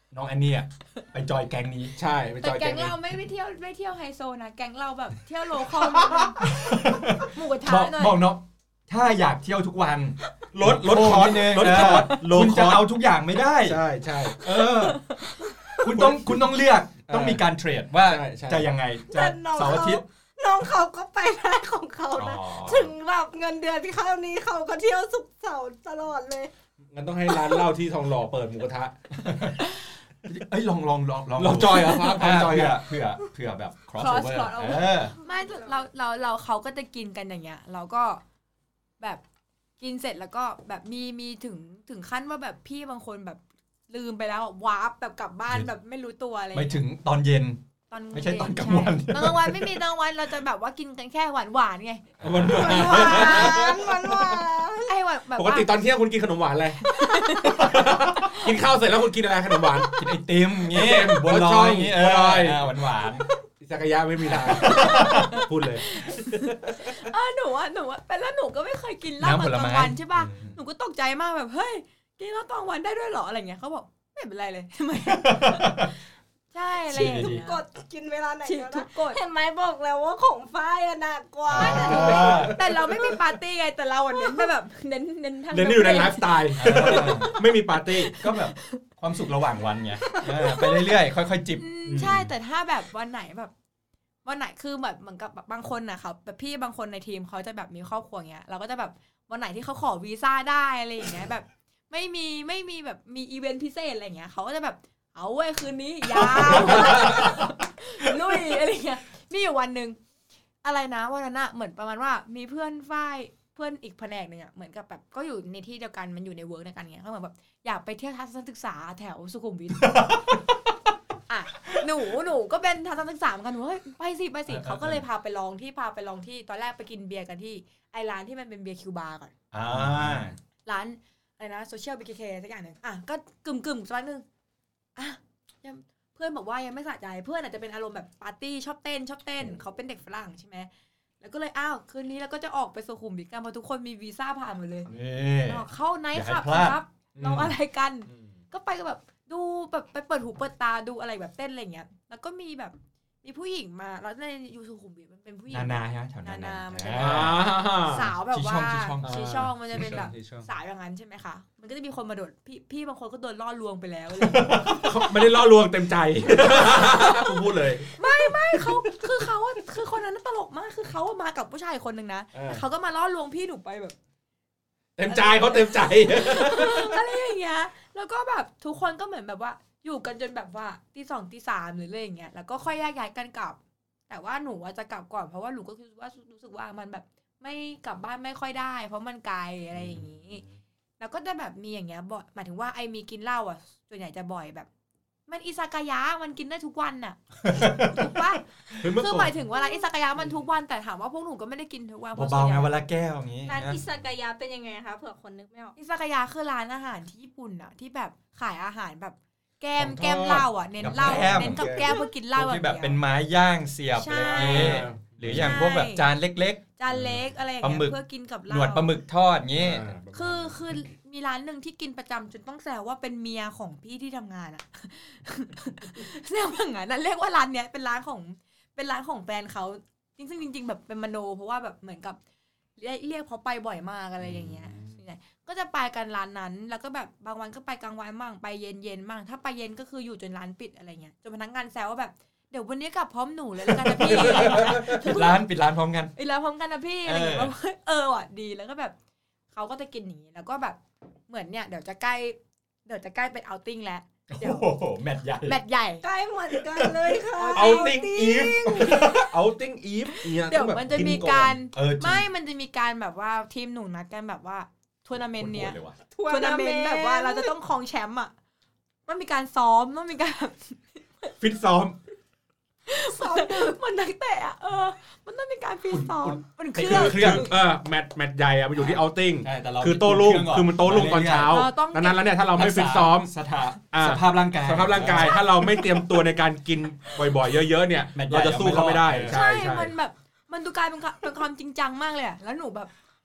น้องอันนี้ไปจอยแก๊งนี้ใช่ไปจอยแก๊งเราไม่ไปเที่ยวไม่เที่ยวไฮโซนะแก๊งเราแบบเที่ยวโลคอลหมู่กระทะหน่อยบอกน้องถ้าอยากเที่ยวทุกวันลดลดคอร์สลดคอร์สคุณจะเอาทุกอย่างไม่ได้ใช่ใช่เออคุณต้องคุณต้องเลือกต้องมีการเทรดว่าจะยังไงจะเสาร์อาทิตย์น้องเขาก็ไปได้ของเขานะถึงแบบเงินเดือนที่เขาเท่านี้เขาก็เที่ยวศุกร์เสาร์ตลอดเลยงั้นต้องให้ร้านเหล้าที่ทองหล่อเปิดหมูกระทะเอ้ยลองลองลองลองจอยเหรอครับจอยอ่ะเผื่อเผื่อแบบ cross over เออไม่เราเราเราเขาก็จะกินกันอย่างเงี้ยเราก็แบบกินเสร็จแล้วก็แบบมีมีถึงถึงขั้นว่าแบบพี่บางคนแบบลืมไปแล้ววาร์ปแบบกลับบ้านแบบไม่รู้ตัวอะไรไม่ถึงตอนเย็นไม่ใช่ตอนกลางวันตอนกลางวันไม่มีตอนกลางวันเราจะแบบว่ากินกันแค่หวานหวานไงหวานหวานหวานหวานไอ้แบบปกติตอนเที่ยงคุณกินขนมหวานอะไรกินข้าวเสร็จแล้วคุณกินอะไรขนมหวานกินไอติมเงี้ยบัวลอยอย่างงี้เออหวานหวานอิซากายะไม่มีทางพูดเลยเออหนูอ่ะหนูอ่ะเป็นแล้วหนูก็ไม่เคยกินเหล้าตอนกลางวันใช่ป่ะหนูก็ตกใจมากแบบเฮ้ยกินเหล้าตอนกลางวันได้ด้วยเหรออะไรเงี้ยเขาบอกไม่เป็นไรเลยทำไมใช่เลยทุกกฎกินเวลาไหนทุกกฎเห็นไหมบอกแล้วว่าของฝ้ายหนักกว่าแต่เราไม่มีปาร์ตี้ไงแต่เราเน้นแบบเน้นเน้นทางเน้นอยู่ในไลฟ์สไตล์ไม่มีปาร์ตี้ก็แบบความสุขระหว่างวันไงไปเรื่อยๆค่อยๆจิบใช่แต่ถ้าแบบวันไหนแบบวันไหนคือแบบเหมือนกับบางคนนะเขาแบบพี่บางคนในทีมเขาจะแบบมีครอบครัวเงี้ยเราก็จะแบบวันไหนที่เขาขอวีซ่าได้อะไรอย่างเงี้ยแบบไม่มีไม่มีแบบมีอีเวนต์พิเศษอะไรเงี้ยเขาก็จะแบบเอาเว้ยคืนนี้ยาวลุยอะไรเงี้ยมีอยู่วันนึงอะไรนะวันนั้นอะเหมือนประมาณว่ามีเพื่อนฝ้ายเพื่อนอีกแผนกนึงอะเหมือนกับแบบก็อยู่ในที่เดียวกันมันอยู่ในเวิร์กในกันเงี้ยเขาเหมือนแบบอยากไปเที่ยวทัศนศึกษาแถวสุขุมวิทอ่ะหนูหนูก็เป็นทัศนศึกษาเหมือนกันหนูเฮ้ยไปสิไปสิเขาก็เลยพาไปลองที่พาไปลองที่ตอนแรกไปกินเบียร์กันที่ไอร้านที่มันเป็นเบียร์คิวบาร์ก่อนอ่าร้านอะไรนะโซเชียลบีเคสักอย่างนึงอ่ะก็กึ่มๆสักนึงอ่ะเพื่อนบอกว่ายังไม่สะใจเพื่อนอาจจะเป็นอารมณ์แบบปาร์ตี้ชอบเต้นชอบเต้นเขาเป็นเด็กฝรั่งใช่ไหมแล้วก็เลยอ้าวคืนนี้เราก็จะออกไปสุขุมวิทกันเพราะทุกคนมีวีซ่าผ่านหมดเลยเข้าไนท์คลับครับเราอะไรกันก็ไปก็แบบดูแบบไปเปิดหูเปิดตาดูอะไรแบบเต้นอะไรเงี้ยแล้วก็มีแบบมีผู้หญิงมาแล้วในยูสุขุมวิทมันเป็นผู้หญิงนานาใช่ไหมแถวนานามันจะสาวแบบว่าชี้ช่องมันจะเป็นแบบสาวอย่างนั้นใช่ไหมคะมันก็จะมีคนมาโดดพี่พี่บางคนก็โดนล่อลวงไปแล้วเลยไม่ได้ล่อลวงเต็มใจกูพูดเลยไม่ไม่เขาคือเขาคือคนนั้นตลกมากคือเขามากับผู้ชายคนนึงนะเขาก็มาล่อลวงพี่หนูไปแบบเต็มใจเขาเต็มใจอะไรอย่างเงี้ยแล้วก็แบบทุกคนก็เหมือนแบบว่าอยู่กันจนแบบว่าตีสองตีสามหรืออะไรอย่างเงี้ยแล้วก็ค่อยแยกย้ายกันกลับแต่ว่าหนูจะกลับก่อนเพราะว่าหนูก็คือว่ารู้สึกว่ามันแบบไม่กลับบ้านไม่ค่อยได้เพราะมันไกลอะไรอย่างงี้แล้วก็จะแบบมีอย่างเงี้ยบ่อยหมายถึงว่าไอมีกินเหล้าอ่ะส่วนใหญ่จะบ่อยแบบมันอิซากายะมันกินได้ทุกวันน่ะถูกป่ะคือหมายถึงว่าร้านอิซากายะมันทุกวันแต่ถามว่าพวกหนูก็ไม่ได้กินทุกวันเพราะเบาไงวันละแก้วอย่างงี้ร้านอิซากายะเป็นยังไงคะเผื่อคนนึกไม่ออกอิซากายะคือร้านอาหารที่ญี่ปุ่นอ่ะที่แบบขายอาหารแบบแก้มแก้มเหล้าอ่ะเน้นเหล้าเน้นกับแก้มเพื่อกินเหล้าที่แบบเป็นไม้ย่างเสียบอะไรอย่างงี้หรืออย่างพวกแบบจานเล็กๆจานเล็กอะไรอย่างเงี้ยเพื่อกินกับเหล้าหนวดปลาหมึกทอดงี้คือคือมีร้านนึงที่กินประจำจนต้องแซวว่าเป็นเมียของพี่ที่ทำงานอ่ะแซวอย่างนั้นเรียกว่าร้านเนี้ยเป็นร้านของเป็นร้านของแฟนเขาจริงๆจริงๆแบบเป็นมโนเพราะว่าแบบเหมือนกับเรียกเรียกเพราะไปบ่อยมากอะไรอย่างเงี้ยก็จะไปกันร้านนั้นแล้วก็แบบบางวันก็ไปกลางวันบ้างไปเย็นเย็นบ้างถ้าไปเย็นก็คืออยู่จนร้านปิดอะไรเงี้ยจนพนักงานแซวว่าแบบเดี๋ยววันนี้กลับพร้อมหนูเลยแล้วกันนะพี่ปิดร้านปิดร้านพร้อมกันปิดร้านพร้อมกันนะพี่อะไรเงี้ยเออว่ะดีแล้วก็แบบเขาก็จะกินอย่างนี้แล้วก็แบบเหมือนเนี่ยเดี๋ยวจะใกล้เดี๋ยวจะใกล้เป็นเอาติ้งแล้วเดี๋ยวแมตช์ใหญ่แมตช์ใหญ่ใกล้เหมือนกันเลยค่ะเอาติ้งอีฟเอาติ้งอีฟเดี๋ยวมันจะมีการไม่มันจะมีการแบบว่าทีมหนูนัดกันแบบว่าทัวร์นาเมนต์เนี้ยทัวร์นาเมนต์แบบว่าเราจะต้องครองแชมป์อ่ะต้องมีการซ้อมต้องมีการฟิตซ้อมซ้อมมันนักเตะอ่ะเออมันต้องมีการฟิตซ้อมมันเครื่องเครื่องเออแมตช์แมตช์ใหญ่อ่ะมันอยู่ที่เอาติ้งคือโต้รุ่งคือมันโต้รุ่งตอนเช้าดังนั้นแล้วเนี่ยถ้าเราไม่ฟิตซ้อมสภาพสภาพร่างกายสภาพร่างกายถ้าเราไม่เตรียมตัวในการกินบ่อยๆเยอะๆเนี่ยเราจะสู้เขาไม่ได้ใช่มันแบบมันดูกลายเป็นเป็นความจริงจังมากเลยอ่ะแล้วหนูแบบค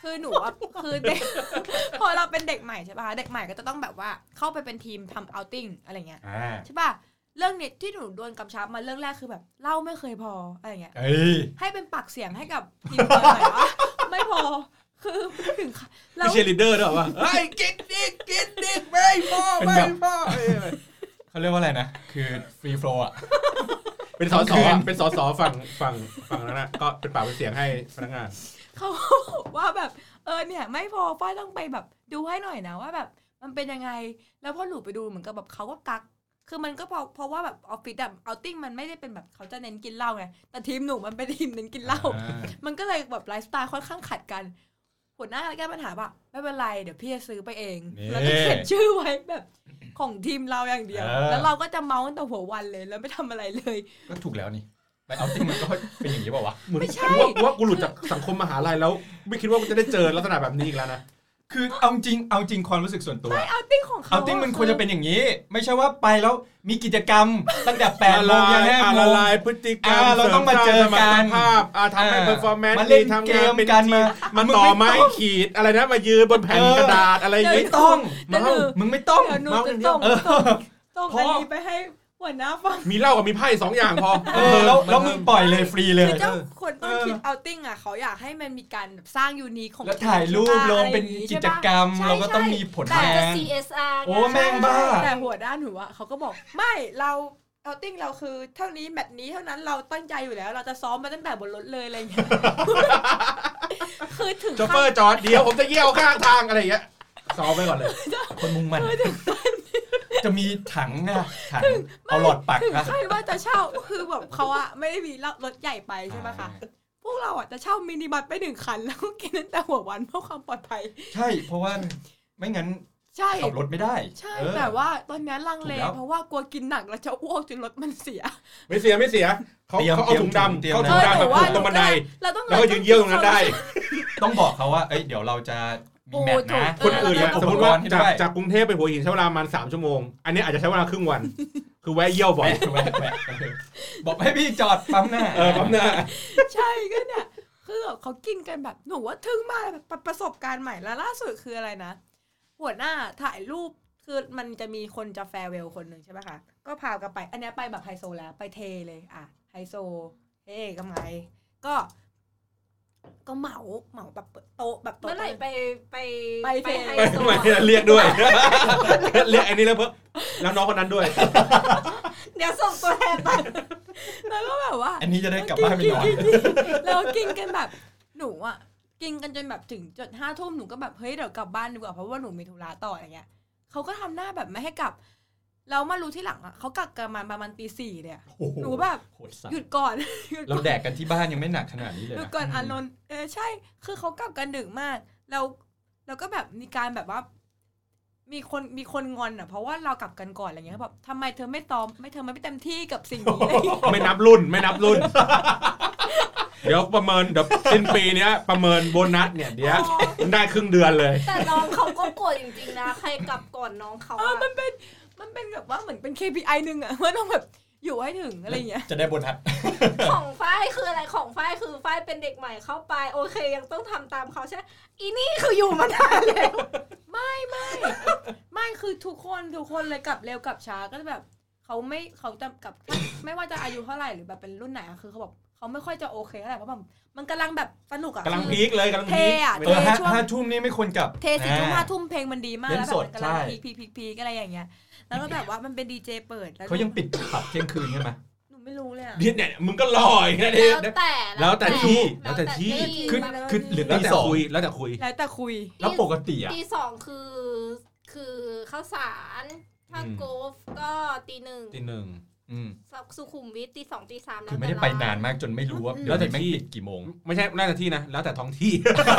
คือหนูว่าคือเด็กพอเราเป็นเด็กใหม่ใช่ป่ะเด็กใหม่ก็จะต้องแบบว่าเข้าไปเป็นทีมทำเอาท์ติ้งอะไรเงี้ยใช่ป่ะเรื่องนี้ที่หนูโดนกำชับมาเรื่องแรกคือแบบเล่าไม่เคยพออะไรเงี้ยให้เป็นปากเสียงให้กับทีมหน่อยว่าไม่พอคือถึงเราเชียร์ลีดเดอร์ด้วยว่าเฮ้ยกินดิกินดิไม่พอไม่พอเขาเรียกว่าอะไรนะคือฟรีโฟลว์อ่ะเป็นสสเป็นสสฝั่งฝั่งฝั่งนั้นนะก็เป็นปากเป็นเสียงให้พนักงานเขาว่าแบบเออเนี่ยไม่พอฝ้ายต้องไปแบบดูให้หน่อยนะว่าแบบมันเป็นยังไงแล้วพอหนูไปดูเหมือนกับแบบเขาก็กักคือมันก็เพราะเพราะว่าแบบออฟฟิศแบบเอาติ้งมันไม่ได้เป็นแบบเขาจะเน้นกินเหล้าไงแต่ทีมหนูมันเป็นทีมเน้นกินเหล้ามันก็เลยแบบไลฟ์สไตล์ค่อนข้างขัดกันหัวหน้าแก้ปัญหาป่ะไม่เป็นไรเดี๋ยวพี่จะซื้อไปเองแล้วก็เขียนชื่อไว้แบบของทีมเราอย่างเดียวแล้วเราก็จะเมาตั้งแต่หัววันเลยแล้วไม่ทำอะไรเลยก็ถูกแล้วนี่ไปเอาติ้งมันก็เป็นอย่างนี้ป่าววะไม่ใช่ว่ากูหลุดจากสังคมมหาลัยแล้วไม่คิดว่ากูจะได้เจอลักษณะแบบนี้อีกแล้วนะคือเอาจริงเอาจริงความรู้สึกส่วนตัวไม่เอาติ้งของเขาเอาติ้งมันควรจะเป็นอย่างนี้ไม่ใช่ว่าไปแล้วมีกิจกรรมตั้งแต่แปดโมงยันห้าโมงละลายพฤติกรรมเราต้องมาเจอกันภาพทำให้เพอร์ฟอร์แมนซ์ดีทำงานเป็นกันมามาต่อไม้ขีดอะไรนะมายืนบนแผ่นกระดาษอะไรอย่างนี้ไม่ต้องมึงไม่ต้องเมาอย่างเดียวต้องอันนี้ไปให้หัวหน้าฟังมีเหล้ากับมีไพ่สองอย่างพอเออแล้วแล้วมึงปล่อยเลยฟรีเลยคือเจ้าคนต้องคิดเอาติ้งอ่ะเขาอยากให้มันมีการแบบสร้างยูนิคของแล้วถ่ายรูปลงเป็นกิจกรรมเราก็ต้องมีผลงานซี เอส อาร์โอ้แม่งบ้าแต่หัวด้านหนูอ่ะเขาก็บอกไม่เราเอาติ้งเราคือเท่านี้แมตช์นี้เท่านั้นเราตั้งใจอยู่แล้วเราจะซ้อมมาตั้งแต่บนรถเลยอะไรอย่างเงี้ยคือถึงโชเฟอร์จอดเดี๋ยวผมจะเยี่ยวข้างทางอะไรอย่างเงี้ยซ้อมไปก่อนเลยคนมุ่งมั่นจะมีถังอะถังเอาหลอดปักนะใช่ว่าจะเช่าคือแบบเขาอะไม่ได้มีรถใหญ่ไปใช่ไหมคะพวกเราอะจะเช่ามินิบัสไปหนึ่งคันแล้วก็กินตั้งแต่หัววันเพื่อความปลอดภัยใช่เพราะว่าไม่งั้นขับรถไม่ได้ใช่แต่ว่าตอนนี้ลังเลเพราะว่ากลัวกินหนักแล้วจะอ้วกจนรถมันเสียไม่เสียไม่เสียเขาเขาเอาถุงดำเขาถุงดำแบบผูกตรงบันไดแล้วก็ยืนเยี่ยวตรงนั้นได้ต้องบอกเขาว่าเอ้ยเดี๋ยวเราจะมีแมตช์นะคนอื่นเนี่ยสมมติว่าจากจากกรุงเทพไปหัวหินใช้เวลาประมาณสามชั่วโมงอันนี้อาจจะใช้เวลาครึ่งวันคือแวะเยี่ยวบ่อยบอกให้พี่จอดปั๊มหน้าเออปั๊มหน้าใช่ก็เนี่ยคือเขากินกันแบบหนูว่าทึ่งมากแบบประสบการณ์ใหม่แล้วล่าสุดคืออะไรนะหัวหน้าถ่ายรูปคือมันจะมีคนจะแฟร์เวลคนหนึ่งใช่ไหมคะก็พากันไปอันนี้ไปแบบไฮโซแล้วไปเทเลยอ่ะไฮโซเฮ้ก็ไงก็ก็เหมาเหมาแบบโต๊ะแบบเมื่อไหร่ไปไปไปไปไฮโซเรียกด้วยเรียกไอ้นี่แล้วเพิ่มแล้วน้องคนนั้นด้วยเดี๋ยวส่งตัวแทนไปแล้วก็แบบว่าอันนี้จะได้กลับบ้านไปนอนแล้วกินกันแบบหนูอ่ะกินกันจนแบบถึงจนห้าทุ่มหนูก็แบบเฮ้ยเดี๋ยวกลับบ้านดีกว่าเพราะว่าหนูมีธุระต่ออะไรเงี้ยเขาก็ทำหน้าแบบไม่ให้กลับแล้วมารู้ที่หลังอ่ะเขากลับกันมาประมาณตีสี่เนี่ยหนูแบบหยุดก่อนเราแดกกันที่บ้านยังไม่หนักขนาดนี้เลยหยุดก่อนอานนท์เออใช่คือเขากลับกันดึกมากแล้วแล้วก็แบบมีการแบบว่ามีคนมีคนงอนอ่ะเพราะว่าเรากลับกันก่อนอะไรเงี้ยแบบทำไมเธอไม่ซ้อมไม่เธอไม่เต็มที่กับสิ่งนี้ไม่นับรุ่นไม่นับรุ่นเดี๋ยวประเมินเดี๋ยวสิ้นปีเนี้ยประเมินโบนัสเนี่ยเดี๋ยวได้ครึ่งเดือนเลยแต่น้องเขาก็โกรธจริงๆนะใครกลับก่อนน้องเขาเออมันเป็นมันเป็นแบบว่าเหมือนเป็น เค พี ไอ นึงอ่ะว่าต้องแบบอยู่ให้ถึงอะไรอย่างเงี้ยจะได้โบนัสของฝ้ายคืออะไรของฝ้ายคือฝ้ายเป็นเด็กใหม่เข้าไปโอเคยังต้องทำตามเขาใช่อีนี่คืออยู่มานานแล้วไม่ไม่ไม่คือทุกคนทุกคนเลยกลับเร็วกลับช้าก็แบบเขาไม่เขาจะกลับไม่ว่าจะอายุเท่าไหร่หรือแบบเป็นรุ่นไหนคือเขาบอกเขาไม่ค่อยจะโอเคเท่าไหร่เพราะแบบมันกำลังแบบสนุกอ่ะกำลังพีคเลยกำลังพีคเออห้าทุ่มนี่ไม่ควรกลับเทสี่ทุ่มห้าทุ่มเพลงมันดีมากแล้วแบบกำลังพีคพีคพีคพีคอะไรอย่างเงี้ยแล้วก็แบบว่ามันเป็นดีเจเปิดเขายังปิดผับเที่ยงคืนใช่ไหมหนูไม่รู้เลยอ่ะเนี่ยมึงก็ลอยนะเนี่ยแล้วแต่แล้วแต่ที่แล้วแต่ที่คือคือหรือแล้วแต่คุยแล้วแต่คุยแล้วแต่คุยแล้วปกติอ่ะตีสองคือคือข้าวสารถ้าโกฟก็ตีหนึ่งตีหนึ่งสุขุมวิทตีสองตีสามคือไม่ได้ไปนานมากจนไม่รู้ว่าแล้วแต่ที่กี่โมงไม่ใช่แล้วแต่ที่นะแล้วแต่ท้องที่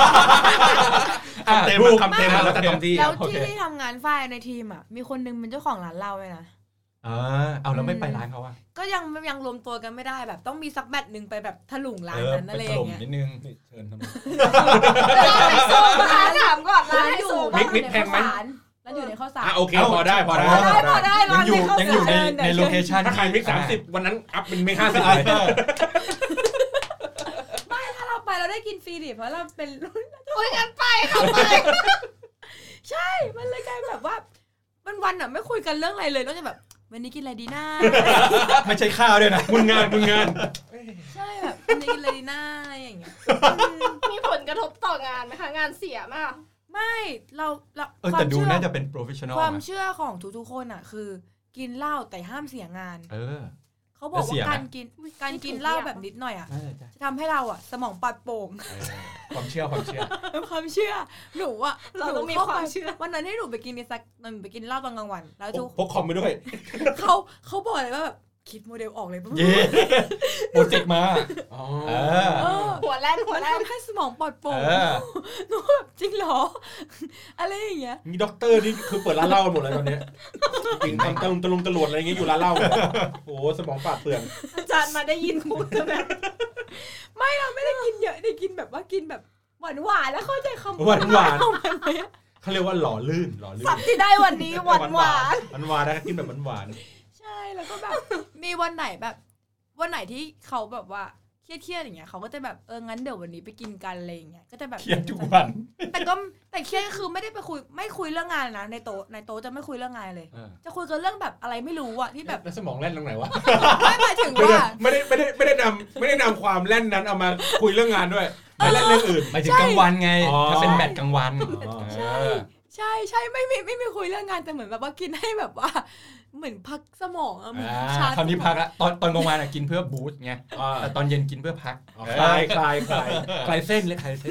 เต็มคำเต็มแล้วแต่ท้องที่แล้วที่ที่ทำงานฝ่ายในทีมอ่ะมีคนนึงเป็นเจ้าของร้านเหล้าเลยนะเออเอาแล้วไม่ไปร้านเขาอ่ะก็ยังยังรวมตัวกันไม่ได้แบบต้องมีสักแบตนึงไปแบบถลุงร้านนั้นอะไรอย่างเงี้ยนิดนึงเชิญทำไมไฮโซมาถามก่อนร้านไฮโซมิกมิกแพงไหมแล้วอยู่ในข้าวสารอ่ะโอเคพอได้พอได้พอได้ยังอยู่ยังอยู่ในในโลเคชั่นถ้าใครมิกสามสิบวันนั้นอัพเป็นมิกห้าสิบเลยไม่ถ้าเราไปเราได้ได้กินฟรีดิเพราะเราเป็นรุ่นโอ้ยงั้นไปค่ะไปใช่มันเลยกลายแบบว่าวันวันอ่ะไม่คุยกันเรื่องอะไรเลยนอกจากแบบวันนี้กินอะไรดีหน้าไม่ใช่ข้าวด้วยนะมึงงานมึงงานใช่แบบวันนี้กินอะไรดีหน้าอะไรอย่างเงี้ยมีผลกระทบต่องานไหมคะงานเสียไหมคะไม่เราเราเออแต่ดูน่าจะเป็น professional ความเชื่อของทุกๆคนอ่ะคือกินเหล้าแต่ห้ามเสียงานเออเขาบอกว่าการกินการกินเหล้าแบบนิดหน่อยอ่ะจะทำให้เราอ่ะสมองปลอดโปร่งความเชื่อความเชื่อความเชื่อหนูอ่ะเราต้องมีความเชื่อวันนั้นให้หนูไปกินในสักมันไปกินเหล้าตอนกลางวันแล้วทุกพกคอมไปด้วยเขาเขาบอกเลยว่าแบบคิดโมเดลออกเลยเย่โปรเจกต์มาอ๋อหัวแล่นหัวแล่นให้สมองปลอดโปร่งหนูแบบจริงเหรออะไรอย่างเงี้ยมีด็อกเตอร์นี่คือเปิดร้านเหล้ากันหมดเลยตอนนี้กินทำตะลุมตะลุมตะลวดอะไรเงี้ยอยู่ร้านเหล้าโอ้สมองปราดเปรื่องอาจารย์มาได้ยินพูดแบบไม่เราไม่ได้กินเยอะได้กินแบบว่ากินแบบหวานหวานแล้วเข้าใจคำหวานหวานเขาเรียกว่าหล่อลื่นหล่อลื่นสับที่ได้วันนี้หวานหวานหวานหวานนะกินแบบหวานใช่แล้วก็แบบมีวันไหนแบบวันไหนที่เขาแบบว่าเครียดๆอย่างเงี้ยเขาก็จะแบบเอองั้นเดี๋ยววันนี้ไปกินกันอะไรอย่างเงี้ยก็จะแบบเครียดทุกวันแต่ก็แต่เครียดคือไม่ได้ไปคุยไม่คุยเรื่องงานนะในโต๊ะในโต๊ะจะไม่คุยเรื่องงานเลยจะคุยกันเรื่องแบบอะไรไม่รู้อะที่แบบสมองแล่นตรงไหนวะไม่หมายถึงว่าไม่ได้ไม่ได้ไม่ได้นำไม่ได้นำความแล่นนั้นเอามาคุยเรื่องงานด้วยไม่เล่นเรื่องอื่นหมายถึงกลางวันไงถ้าเป็นแบตกลางวันใช่ใช่ใช่ไม่มีไม่มีคุยเรื่องงานแต่เหมือนแบบว่ากินให้แบบว่าเหมือนพักสมองอะเหมือนชาร์จตอนนี้พักอะตอนตอนกลางวันอะกินเพื่อบูสต์ไงแต่ตอนเย็นกินเพื่อพักคลายคลายคลายคลายเส้นเลยคลายเส้น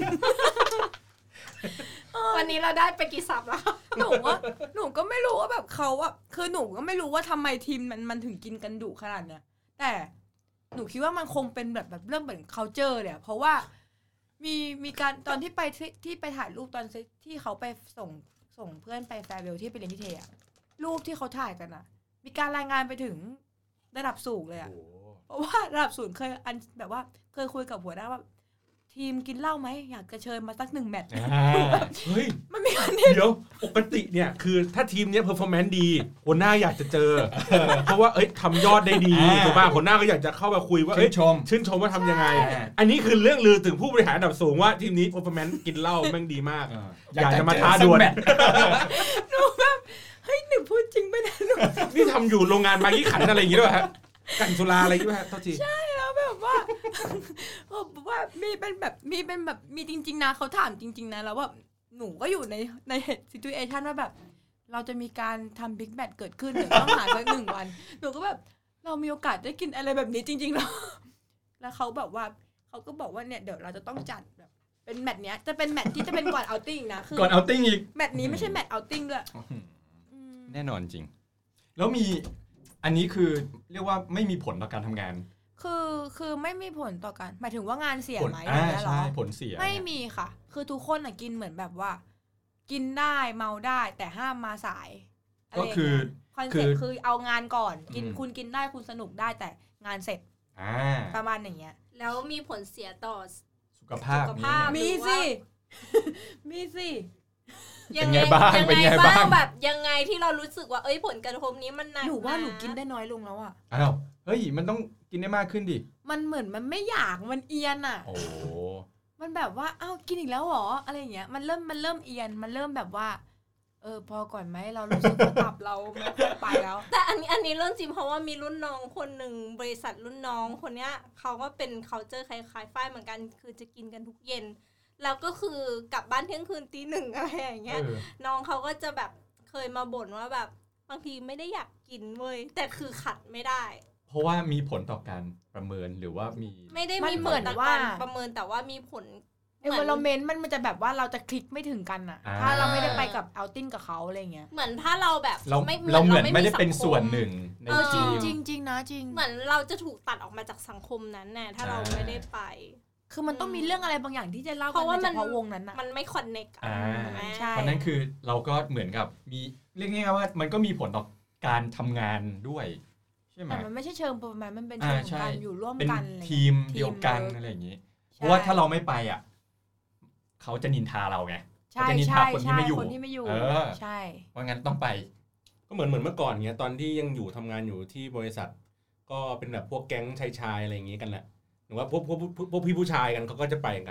วันนี้เราได้ไปกี่สับแล้วหนูว่าหนูก็ไม่รู้ว่าแบบเขาอะคือหนูก็ไม่รู้ว่าทำไมทีมมันมันถึงกินกันดุขนาดเนี้ยแต่หนูคิดว่ามันคงเป็นแบบแบบเรื่องเหมือน culture เลยเพราะว่ามีมีการตอนที่ไปที่ไปถ่ายรูปตอนที่เขาไปส่งส่งเพื่อนไปแฟร์เวลที่ไปเรียนที่เทอะรูปที่เขาถ่ายกันอะมีการรายงานไปถึงระดับสูงเลยอะเพราะว่าระดับสูงเคยอันแบบว่าเคยคุยกับหัวหน้าว่าทีมกินเหล้าไหมอยากจะเชิญมาสักหนึ่งแมตช์เฮ้ยมันมีอันนี้เดี๋ยวปกติเนี่ยคือถ้าทีมเนี้ยเพอร์ฟอร์แมนซ์ดีหัวหน้าอยากจะเจอเพราะว่าเอ้ยทำยอดได้ดีถูกป่ะหัวหน้าก็อยากจะเข้ามาคุยว่าเอ้ยชมชื่นชมว่าทำยังไงอันนี้คือเรื่องลือถึงผู้บริหารระดับสูงว่าทีมนี้เพอร์ฟอร์แมนซ์กินเหล้าแม่งดีมากอยากจะมาท้าดวลหนูแบบเฮ้ยหนูพูดจริงไปนะนี่ทำอยู่โรงงานมายี่ขันอะไรอย่างงี้ด้วยฮะกันสุราอะไรอย่างงี้ป่ะเท่าทีใช่แล้วแบบว่าแบบว่ามีเป็นแบบมีเป็นแบบมีจริงๆนะเขาถามจริงๆนะแล้วว่าหนูก็อยู่ในในซิทูเอชั่นว่าแบบเราจะมีการทำบิ๊กแบทเกิดขึ้นเดี๋ยวต้องหาสักหนึ่งวันหนูก็แบบเรามีโอกาสได้กินอะไรแบบนี้จริงๆแล้วแล้วเขาแบบว่าเขาก็บอกว่าเนี่ยเดี๋ยวเราจะต้องจัดแบบเป็นแมตช์เนี้ยจะเป็นแมตช์ที่จะเป็นก่อนเอาติ้งนะคือก่อนเอาติ้งอีกแมตช์นี้ไม่ใช่แมตช์เอาติ้งด้วยแน่นอนจริงแล้วมีอันนี้คือเรียกว่าไม่มีผลต่อการทำงานคือคือไม่มีผลต่อกันหมายถึงว่างานเสียไหมอะไรหรอผลเสียไม่มีค่ะคือทุกคนอ่ะกินเหมือนแบบว่ากินได้เมาได้แต่ห้ามมาสายก็คือคอนเซ็ปต์คือเอางานก่อนกินคุณกินได้คุณสนุกได้แต่งานเสร็จประมาณอย่างเงี้ยแล้วมีผลเสียต่อสุขภาพมีสิมีสิยังไงบ้างเป็นไงบ้างแบบยังไงที่เรารู้สึกว่าเอ้ยผลกระทบนี้มันหนักหนูว่าหนูกินได้น้อยลงแล้วอ่ะอ้าวเฮ้ยมันต้องกินได้มากขึ้นดิมันเหมือนมันไม่อยากมันเอียนอ่ะโอ้มันแบบว่าอ้าวกินอีกแล้วหรออะไรอย่างเงี้ยมันเริ่มมันเริ่มเอียนมันเริ่มแบบว่าเออพอก่อนไหมเรารู้สึกว่าตับเราไม่ค่อยไปแล้วแต่อันนี้อันนี้เรื่องจริงเพราะว่ามีรุ่นน้องคนหนึ่งบริษัทรุ่นน้องคนเนี้ยเขาก็เป็น culture คล้ายๆฝ้ายเหมือนกันคือจะกินกันทุกเย็นแล้วก็คือกลับบ้านเที่ยงคืนตีหนึ่งอะไรอย่างเงี้ยน้องเขาก็จะแบบเคยมาบ่นว่าแบบบางทีไม่ได้อยากกินเว้ยแต่คือขัดไม่ได้เพราะว่ามีผลต่อการประเมินหรือว่ามีไม่ได้มีผลต่อการประเมินแต่ว่ามีผลเอเวอร์เมนต์มันมันจะแบบว่าเราจะคลิกไม่ถึงกันอ่ะถ้าเราไม่ได้ไปกับเอาติ้งกับเขาอะไรเงี้ยเหมือนถ้าเราแบบเราเราเหมือนไม่ได้เป็นส่วนหนึ่งในจริงจริงจริงนะจริงเหมือนเราจะถูกตัดออกมาจากสังคมนั้นแน่ถ้าเราไม่ได้ไปคือมันต้องมีเรื่องอะไรบางอย่างที่จะเล่ากันเฉพาะวงนั้นนะมันไม่คอนเนคอ่าใช่เพราะนั้นคือเราก็เหมือนกับมีเรียกง่ายๆว่ามันก็มีผลต่อการทำงานด้วยใช่ไหมแต่มันไม่ใช่เชิงประมาณมันเป็นเชิงการอยู่ร่วมกันเป็นทีมเดียวกันอะไรอย่างนี้เพราะว่าถ้าเราไม่ไปอ่ะเขาจะนินทาเราไงเขาจะนินทาคนที่ไม่อยู่คนที่ไม่อยู่ใช่ว่างั้นต้องไปก็เหมือนเหมือนเมื่อก่อนเงี้ยตอนที่ยังอยู่ทำงานอยู่ที่บริษัทก็เป็นแบบพวกแก๊งชายๆอะไรอย่างงี้กันแหละหรือว่าพวกพวกพวกพี่ผู้ชายกันเขาก็จะไปกัน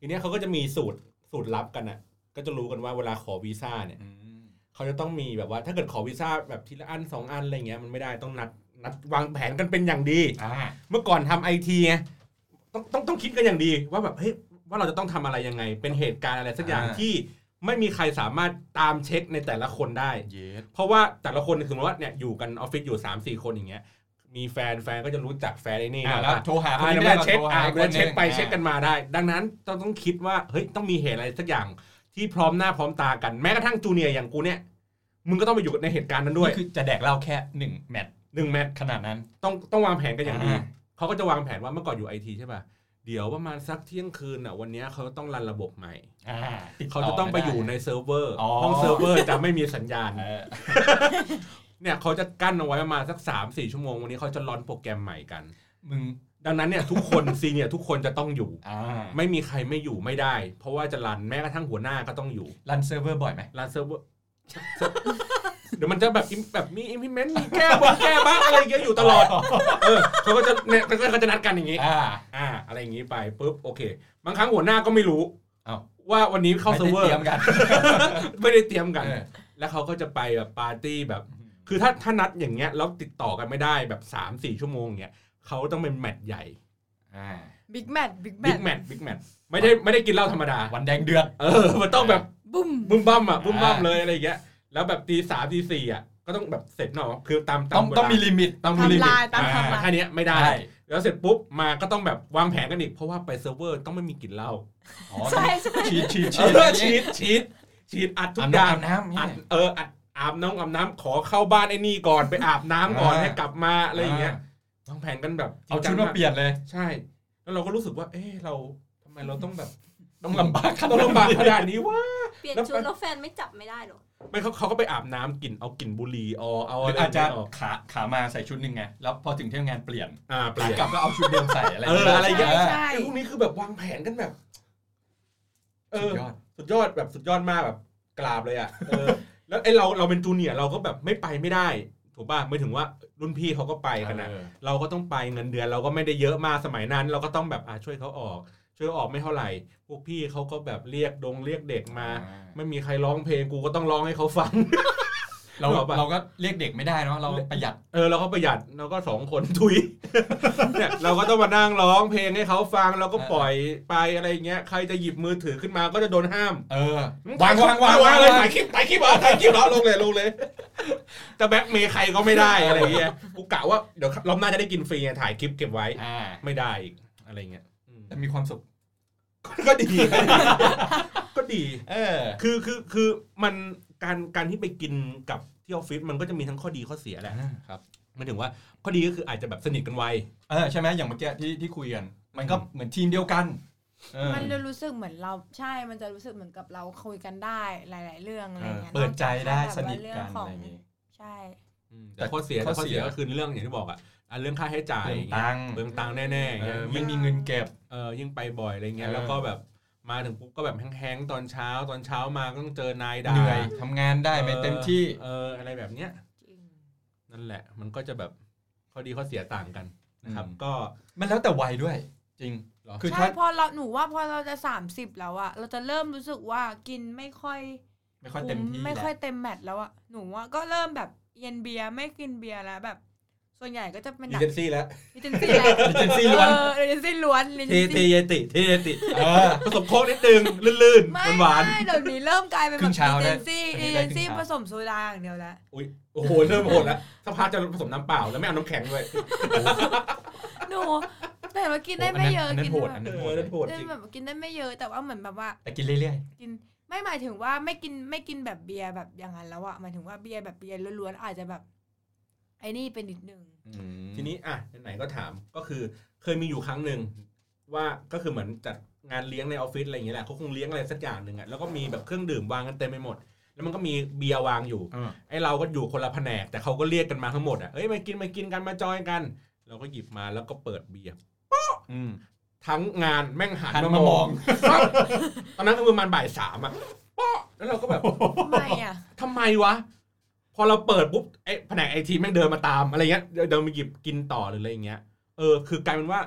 ทีนี้เขาก็จะมีสูตรสูตรลับกันอ่ะก็จะรู้กันว่าเวลาขอวีซ่าเนี่ยเขาจะต้องมีแบบว่าถ้าเกิดขอวีซ่าแบบทีละอันสองอันอะไรเงี้ยมันไม่ได้ต้องนัดนัดวางแผนกันเป็นอย่างดีเมื่อก่อนทำไอทีไงต้องต้องต้องคิดกันอย่างดีว่าแบบเฮ้ยว่าเราจะต้องทำอะไรยังไงเป็นเหตุการณ์อะไรสักอย่างที่ไม่มีใครสามารถตามเช็คในแต่ละคนได้ yes. เพราะว่าแต่ละคนสมมติว่าเนี่ยอยู่กันออฟฟิศอยู่ สามสี่ คนอย่างเงี้ยมีแฟนแฟนก็จะรู้จักแฟนไอ้นี่นะแล้วโทรหาคนนี้ได้เช็คอ่าเช็คไปเช็คกันมาได้ดังนั้นต้องต้องคิดว่าเฮ้ยต้องมีเหตุอะไรสักอย่างที่พร้อมหน้าพร้อมตากันแม้กระทั่งจูเนียร์อย่างกูเนี่ยมึงก็ต้องไปอยู่ในเหตุการณ์นั้นด้วยคือจะแดกเหล้าแค่หนึ่งแมตช์หนึ่งแมตช์ขนาดนั้นต้องต้องวางแผนกันอย่างดีเขาก็จะวางแผนว่าเมื่อก่อนอยู่ ไอ ที ใช่ป่ะเดี๋ยวประมาณสักเที่ยงคืนอ่ะวันนี้เขาต้องรันระบบใหม่เขาจะต้องไปอยู่ในเซิร์ฟเวอร์ห้องเซิร์ฟเวอร์จะไม่มีสัญญาณเนี่ยเขาจะกั้นเอาไว้ประมาณสัก สามสี่ ชั่วโมงวันนี้เขาจะรันโปรแกรมใหม่กันมึงดังนั้นเนี่ยทุกคนซีเนียร์ทุกคนจะต้องอยู่ไม่มีใครไม่อยู่ไม่ได้เพราะว่าจะรันแม้กระทั่งหัวหน้าก็ต้องอยู่รันเซิร์ฟเวอร์บ่อยไหมรันเซิร์ฟเวอร์เดี๋ยวมันจะแบบแบบมีอิมพิเมนต์มีแก้บงแก้บ้าอะไรเงี้ยอยู่ตลอดเออเขาก็จะเนี่ยเขาจะนัดกันอย่างงี้อ่าอ่าอะไรอย่างงี้ไปปุ๊บโอเคบางครั้งหัวหน้าก็ไม่รู้ว่าวันนี้เข้าเซิร์ฟเวอร์ไม่ได้เตรียมกันแล้วเขาก็จะไปแบบปาร์ตี้แบบคือถ้าถ้านัดอย่างเงี้ยแล้วติดต่อกันไม่ได้แบบ สามสี่ ชั่วโมงเงี้ยเขาต้องเป็นแมตช์ใหญ่อ่าบิ๊กแมตช์บิ๊กแมตช์บิ๊กแมตช์บิ๊กแมตช์ไม่ได้ไม่ได้กินเหล้าธรรมดาวันแดงเดือดเออมันต้องแบบบุ้มบุ้มบั้มอ่ะบุ้มบั้มเลยอะไรอย่างเงี้ยแล้วแบบตีสามตีสี่อ่ะก็ต้องแบบเสร็จเนาะคือตามต้องต้องมีลิมิตต้องมีลิมิตแค่นี้ไม่ได้แล้วเสร็จปุ๊บมาก็ต้องแบบวางแผนกันอีกเพราะว่าไปเซิร์ฟเวอร์ต้องไม่มีกลิ่นเหล้าใช่ใช่ชีดชีดชีดชีดชีดชีดอัดทุกอย่างอัดเอออัดอาบน้ำอาบน้ำขอเข้าบ้านไอ้นี่ก่อนไปอาบน้ำก่อนให้กลับมาอะไรอย่างเงี้ยวางแผนกันแบบเอาชุดมาเปลี่ยนเลยใช่แล้วเราก็รู้สึกว่าเออเราทำไมเราต้องแบบต้องลำบากต้องลำบากขนาดนี้วะเปลี่ยนชุดแล้วแฟนไม่จับไม่ได้หรอไม่เขาเขาก็ไปอาบน้ำกลิ่นเอากลิ่นบุหรี่เอาเอาอะไรอาจจะขาขามาใส่ชุดนึงไงแล้วพอถึงที่งานเปลี่ยนอ่าเปลี่ยนกลับก็เอาชุดเดิมใส่อะไรเอออะไรอย่างเงี้ยไอ้พวกนี้คือแบบวางแผนกันแบบเออสุดยอดแบบสุดยอดมากแบบกราบเลยอ่ะเออแล้วไอ้เราเราเป็นจูเนียร์เราก็แบบไม่ไปไม่ได้ถูกป่ะไม่ถึงว่ารุ่นพี่เขาก็ไปกันนะเราก็ต้องไปเงินเดือนเราก็ไม่ได้เยอะมากสมัยนั้นเราก็ต้องแบบอ่ะช่วยเขาออกช่วยออกไม่เท่าไหร่พวกพี่เขาก็แบบเรียกดงเรียกเด็กมาไม่มีใครร้องเพลงกูก็ต้องร้องให้เขาฟังเราเราก็เรียกเด็กไม่ได้เนาะเราประหยัดเออเราก็ประหยัดเราก็สองคนทุยเนี่ยเราก็ต้องมานั่งร้องเพลงให้เขาฟังเราก็ปล่อยไปอะไรเงี้ยใครจะหยิบมือถือขึ้นมาก็จะโดนห้ามเออวางวางวางวางเลยถ่ายคลิปถ่ายคลิปเหรอถ่ายคลิปเหรอลงเลยลงเลยแต่แบ็คเมย์ใครก็ไม่ได้อะไรเงี้ยกูกะว่าเดี๋ยวรอบหน้าจะได้กินฟรีถ่ายคลิปเก็บไว้ไม่ได้อีกอะไรเงี้ยแต่มีความสุขก็ดีก็ดีเออคือคือคือมันการการที่ไปกินกับที่ออฟฟิศมันก็จะมีทั้งข้อดีข้อเสียแหละครับหมายถึงว่าข้อดีก็คืออาจจะแบบสนิทกันไวเออใช่ไหมอย่างเมื่อกี้ที่ที่คุยกันมันก็เหมือนทีมเดียวกันมันจะรู้สึกเหมือนเราใช่มันจะรู้สึกเหมือนกับเราคุยกันได้หลายๆเรื่องอะไรเงี้ยเปิดใจได้สนิทกันอะไรอย่างงี้ใช่แต่ข้อเสียข้อเสียก็คือเรื่องอย่างที่บอกอ่ะเรื่องค่าใช้จ่ายตังเบื้องตังแน่ๆไม่มีเงินเก็บเออยิ่งไปบ่อยอะไรเงี้ยแล้วก็แบบมาถึงปุ๊บก็แบบแห้งๆตอนเช้าตอนเช้ามาก็ต้องเจอนายด่าเหนื่อยทำงานได้ไม่เต็มที่เอออะไรแบบเนี้ยนั่นแหละมันก็จะแบบข้อดีข้อเสียต่างกันนะครับก็มันแล้วแต่วัยด้วยจริงคือใช่พอเราหนูว่าพอเราจะสามสิบแล้วอะเราจะเริ่มรู้สึกว่ากินไม่ค่อยไม่ค่อยเต็มที่ไม่ค่อยเต็มแมตช์แล้วอะหนูว่าก็เริ่มแบบเย็นเบียร์ไม่กินเบียร์แล้วแบบส่วนใหญ่ก็จะเป็นดิเจนซี่แล้วดิเจนซี่แล้วดิเจนซี่ล้วนดิเจนซี่ล้วนเทเทเยติเทเยติเออผสมโค้กนิดนึงลื่นๆหวานๆเดี๋ยวนี้เริ่มกลายเป็นแบบดิเจนซี่ดิเจนซี่ผสมโซดาอย่างเดียวแล้วอุ้ยโอ้โหเริ่มโหดแล้วสักพักจะผสมน้ำเปล่าแล้วไม่เอาน้ำแข็งด้วยหนูแต่ว่ากินได้ไม่เยอะกินโหดอันนั้นโหดโหดจริงแบบกินได้ไม่เยอะแต่ว่าเหมือนแบบว่าแต่กินเรื่อยๆกินไม่หมายถึงว่าไม่กินไม่กินแบบเบียร์แบบอย่างนั้นแล้วอะหมายถึงว่าเบียร์แบบเบียร์ล้วนๆอาจจะแบบไอ้นี่เป็นนิดนึงทีนี้อ่ะไหนๆก็ถามก็คือเคยมีอยู่ครั้งหนึ่งว่าก็คือเหมือนจัดงานเลี้ยงในออฟฟิศอะไรอย่างเงี้ยแหละเขาคงเลี้ยงอะไรสักอย่างหนึ่งอ่ะแล้วก็มีแบบเครื่องดื่มวางกันเต็มไปหมดแล้วมันก็มีเบียร์วางอยู่ไอ้เราก็อยู่คนละแผนกแต่เขาก็เรียกกันมาทั้งหมดอ่ะเอ้ยมากินมากินกันมาจอยกันเราก็หยิบมาแล้วก็เปิดเบียร์ทั้งงานแม่งหันมามองตอนนั้นคือประมาณบ่ายสามอ่ะแล้วเราก็แบบทำไมอ่ะทำไมวะพอเราเปิดปุ๊บไอ้แผนกไอทีแม่งเดินมาตามอะไรเงี้ยเดินมาหยิบกินต่อหรืออะไรอย่างเงี้ยเออคือกลายเป็นว่า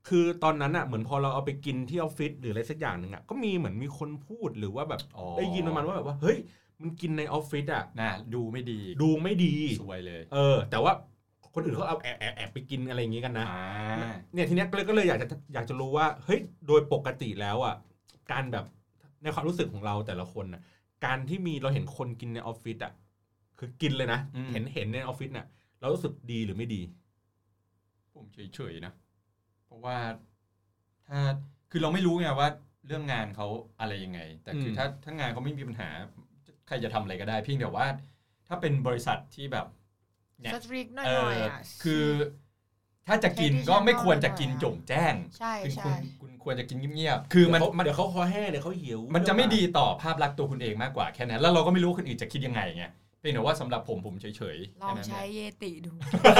คือตอนนั้นอ่ะเหมือนพอเราเอาไปกินที่ออฟฟิศหรืออะไรสักอย่างนึงอ่ะก็มีเหมือนมีคนพูดหรือว่าแบบได้ยินประมาณว่าแบบว่าเฮ้ยมันกินในออฟฟิศอ่ะน่ะดูไม่ดีดูไม่ดีสวยเลยเออแต่ว่าคนอื่นเขาเอาแอบแอบแอบไปกินอะไรอย่างงี้กันนะเนี่ยทีเนี้ยก็เลยอยากจะอยากจะรู้ว่าเฮ้ยโดยปกติแล้วอ่ะการแบบในความรู้สึกของเราแต่ละคนอ่ะการที่มีเราเห็นคนกินในออฟฟิศอ่ะคือกินเลยนะเห็นเห็นในออฟฟิศน่ะเรารู้สึกดีหรือไม่ดีผมเฉยๆนะเพราะว่าถ้าคือเราไม่รู้ไงว่าเรื่องงานเขาอะไรยังไงแต่คือถ้าถ้างานเขาไม่มีปัญหาใครจะทำอะไรก็ได้เพียงแต่ว่าถ้าเป็นบริษัทที่แบบเนี่ยสตริกหน่อยๆอ่ะคือถ้าจะกินก็ไม่ควรจะกินโจ่งแจ้งใช่ใช่คุณควรจะกินเงียบๆคือมันเดี๋ยวเขาคอแห้เดี๋ยวเขาหิวมันจะไม่ดีต่อภาพลักษณ์ตัวคุณเองมากกว่าแค่นั้นแล้วเราก็ไม่รู้คนอื่นจะคิดยังไงไงเพียงแต่ว่าสำหรับผมผมเฉยๆลองใช้เยติดู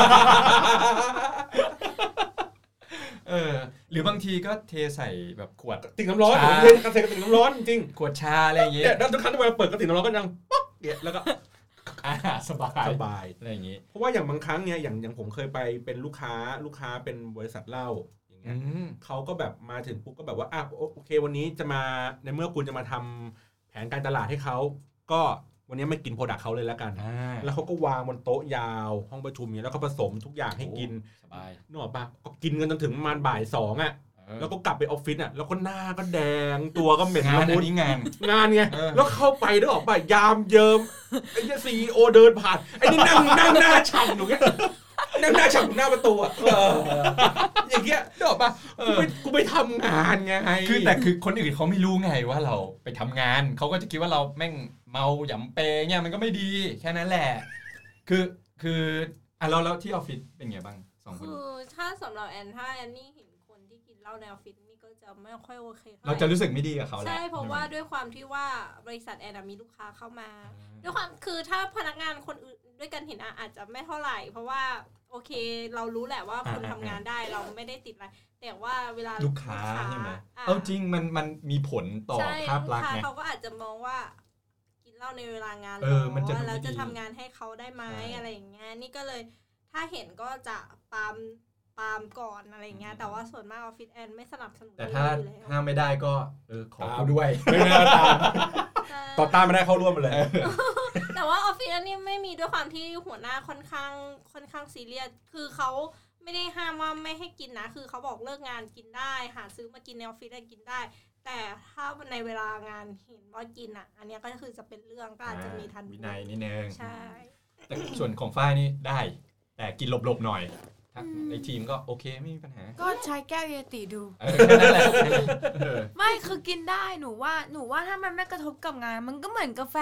เออหรือบางทีก็เทใส่แบบขวดติ่งน้ำร้อนเทกระเซ็นกระติ่งน้ำร้อนจริงขวดชาอะไรอย่างเงี้ยแล้วทุกครั้งที่เวลาเปิดกระติ่งน้ำร้อนก็ยังป๊อกเนี่ยแล้วก็อ่าสบายสบายอะไรอย่างงี้เพราะว่าอย่างบางครั้งเนี่ยอย่างอย่างผมเคยไปเป็นลูกค้าลูกค้าเป็นบริษัทเหล้าอย่างเงี้ยเขาก็แบบมาถึงปุ๊บก็แบบว่าอ่ะโอเควันนี้จะมาในเมื่อคุณจะมาทำแผนการตลาดให้เขาก็วันนี้ไม่กินโปรดักต์เขาเลยแล้วกันแล้วเขาก็วางบนโต๊ะยาวห้องประชุมเนี่ยแล้วก็ผสมทุกอย่างให้กินสบายนึกออกปะก็กินกันจนถึงประมาณบ่ายสองอ่ะแล้วก็กลับไปออฟฟิศอ่ะแล้วก็หน้าก็แดงตัวก็เหม็นละมุนงานงานไงแล้วเข้าไปนึกออกปะยามเยิมไอ้ซีอีโอเดินผ่านไอ้นี่นั่งนั่งหน้าฉ่ำอยู่เงี้ยนั่งหน้าฉ่ำหน้าประตูอ่ะอย่างเงี้ยนึกออกปะกูไปกูไปทำงานไงคือแต่คือคนอื่นเขาไม่รู้ไงว่าเราไปทำงานเขาก็จะคิดว่าเราแม่งเมาหยำเปเนี่ยมันก็ไม่ดีแค่นั้นแหละคือคืออ่ะแล้วแล้วที่ออฟฟิศเป็นไงบ้างสองคนคือถ้าสำหรับแอนถ้าแอนนี่เห็นคนที่กินเหล้าในออฟฟิศนี่ก็จะไม่ค่อยโอเคเราจะรู้สึกไม่ดีกับเขาแหละใช่เพราะว่าด้วยความที่ว่าบริษัทแอนมีลูกค้าเข้ามาด้วยความคือถ้าพนักงานคนอื่นด้วยกันเห็นอาจจะไม่เท่าไหร่เพราะว่าโอเคเรารู้แหละว่าคุณทำงานได้เราไม่ได้ติดอะไรแต่ว่าเวลาลูกค้าใช่ไหมเอาจริงมันมันมีผลต่อภาพลักษณ์ไงเขาก็อาจจะมองว่ากินเหล้าในเวลางานเราแล้วจะทำงานให้เขาได้ไหมอะไรอย่างเงี้ยนี่ก็เลยถ้าเห็นก็จะปามปามก่อนอะไรเงี้ยแต่ว่าส่วนมากออฟฟิศแอนไม่สนับสนุนแต่ถ้าห้ามไม่ได้ก็เออขอกูด้วยไม่ไม่ตามต่อต้านไม่ได้เข้าร่วมเลยแต่ว่าออฟฟิศอันนี้ไม่มีด้วยความที่หัวหน้าค่อนข้างค่อนข้างซีเรียสคือเขาไม่ได้ห้ามว่าไม่ให้กินนะคือเขาบอกเลิกงานกินได้หาซื้อมากินในออฟฟิศได้กินได้แต่ถ้าในเวลางานเห็นว่ากินอ่ะอันนี้ก็คือจะเป็นเรื่องก็อาจจะมีทันวินัยนิดนึงใช่แต่ส่วนของฝ้ายนี่ได้แต่กินหลบๆหน่อยในทีมก็โอเคไม่มีปัญหาก็ใช้แก้วเยติดูแค่นั้นแหละไม่คือกินได้หนูว่าหนูว่าถ้ามันไม่กระทบกับงานมันก็เหมือนกาแฟ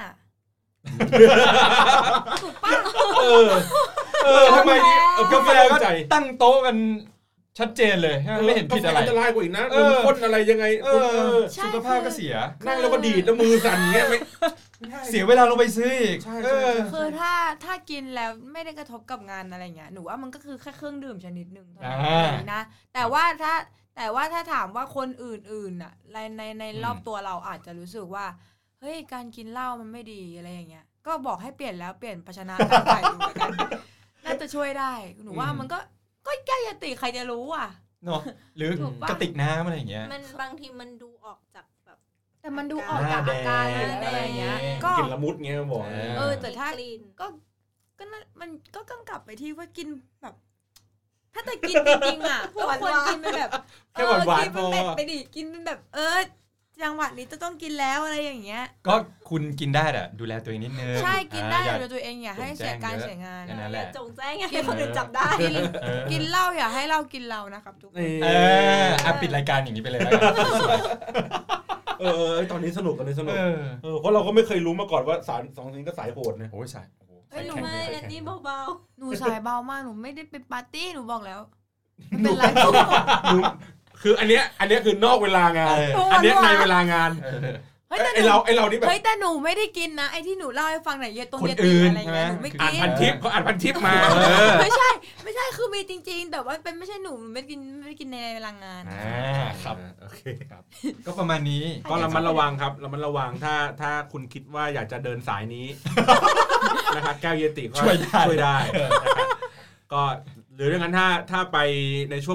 ถูกป่ะเออเออทำไมกาแฟก็ตั้งโต๊ะกันชัดเจนเลยไม่เห็นผิดอะไรอันตรายกว่าอีกนะพ่นอะไรยังไงสุขภาพก็เสียนั่งแล้วก็ดีดแล้วมือสั่นเงี้ยไม่เสียเวลาลงไปซื้ออีกคือถ้าถ้ากินแล้วไม่ได้กระทบกับงานอะไรเงี้ยหนูว่ามันก็คือแค่เครื่องดื่มชนิดหนึ่งเท่านั้นนะแต่ว่าถ้าแต่ว่าถ้าถามว่าคนอื่นๆอ่ะในในในรอบตัวเราอาจจะรู้สึกว่าเฮ้ยการกินเหล้ามันไม่ดีอะไรอย่างเงี้ยก็บอกให้เปลี่ยนแล้วเปลี่ยนภาชนะการใส่ดูกันน่าจะช่วยได้หนูว่ามันก็ก็แก้ยติใครจะรู้อ่ะเนาะหรือกระติกน้ำอะไรอย่างเงี้ยมันบางทีมันดูออกจากแบบแต่มันดูออกจากอาการอะไรอย่างเงี้ยก็กินละมุดเงี้ยบอกเออแต่ถ้าก็ก็มันก็ต้องกลับไปที่ว่ากินแบบถ้าแต่กินจริงๆอ่ะทุกคนกินเป็นแบบแค่หวานๆพอไปดิกินเป็นแบบเออจังหวะนี้จะต้องกินแล้วอะไรอย่างเงี้ยก็คุณกินได้แต่ดูแลตัวเองนิดนึงใช่กินได้ดูแลตัวเองอย่าให้เสียการเสียงานนั่นแหละจงแจ้งให้คนอื่นจับได้กินเหล้าอย่าให้เรากินเรานะครับทุกคนเอออ่ะปิดรายการอย่างนี้ไปเลยแล้วกันเออตอนนี้สนุกกันเลยสนุกเออเพราะเราก็ไม่เคยรู้มาก่อนว่าสารสองนี้ก็สายโหดนะโอ้ยสายโอ้โหหนูไม่อันนี้เบาๆหนูสายเบามากหนูไม่ได้ไปปาร์ตี้หนูบอกแล้วเป็นไรคืออันเนี้ยอันเนี้ยคือนอกเวลางานอันเนี้ยในเวลางานไอเราไอเรานี่แบบเฮ้ยแต่หนูไม่ได้กินนะไอที่หนูเล่าให้ฟังไหนเยตรงเยตีอะไรเงี้ยหนูไม่กินอ่านพันทิปเขาอ่านพันทิปมาไม่ใช่ไม่ใช่คือมีจริงๆแต่ว่าเป็นไม่ใช่หนูไม่กินไม่ได้กินในเวลางานอ่าครับโอเคครับก็ประมาณนี้ก็ระมัดระวังครับระมัดระวังถ้าถ้าคุณคิดว่าอยากจะเดินสายนี้นะครับแก้วเยติก็ช่วยได้ช่วยได้ก็หรืออย่างนั้นถ้าถ้าไปในช่วงแบบเ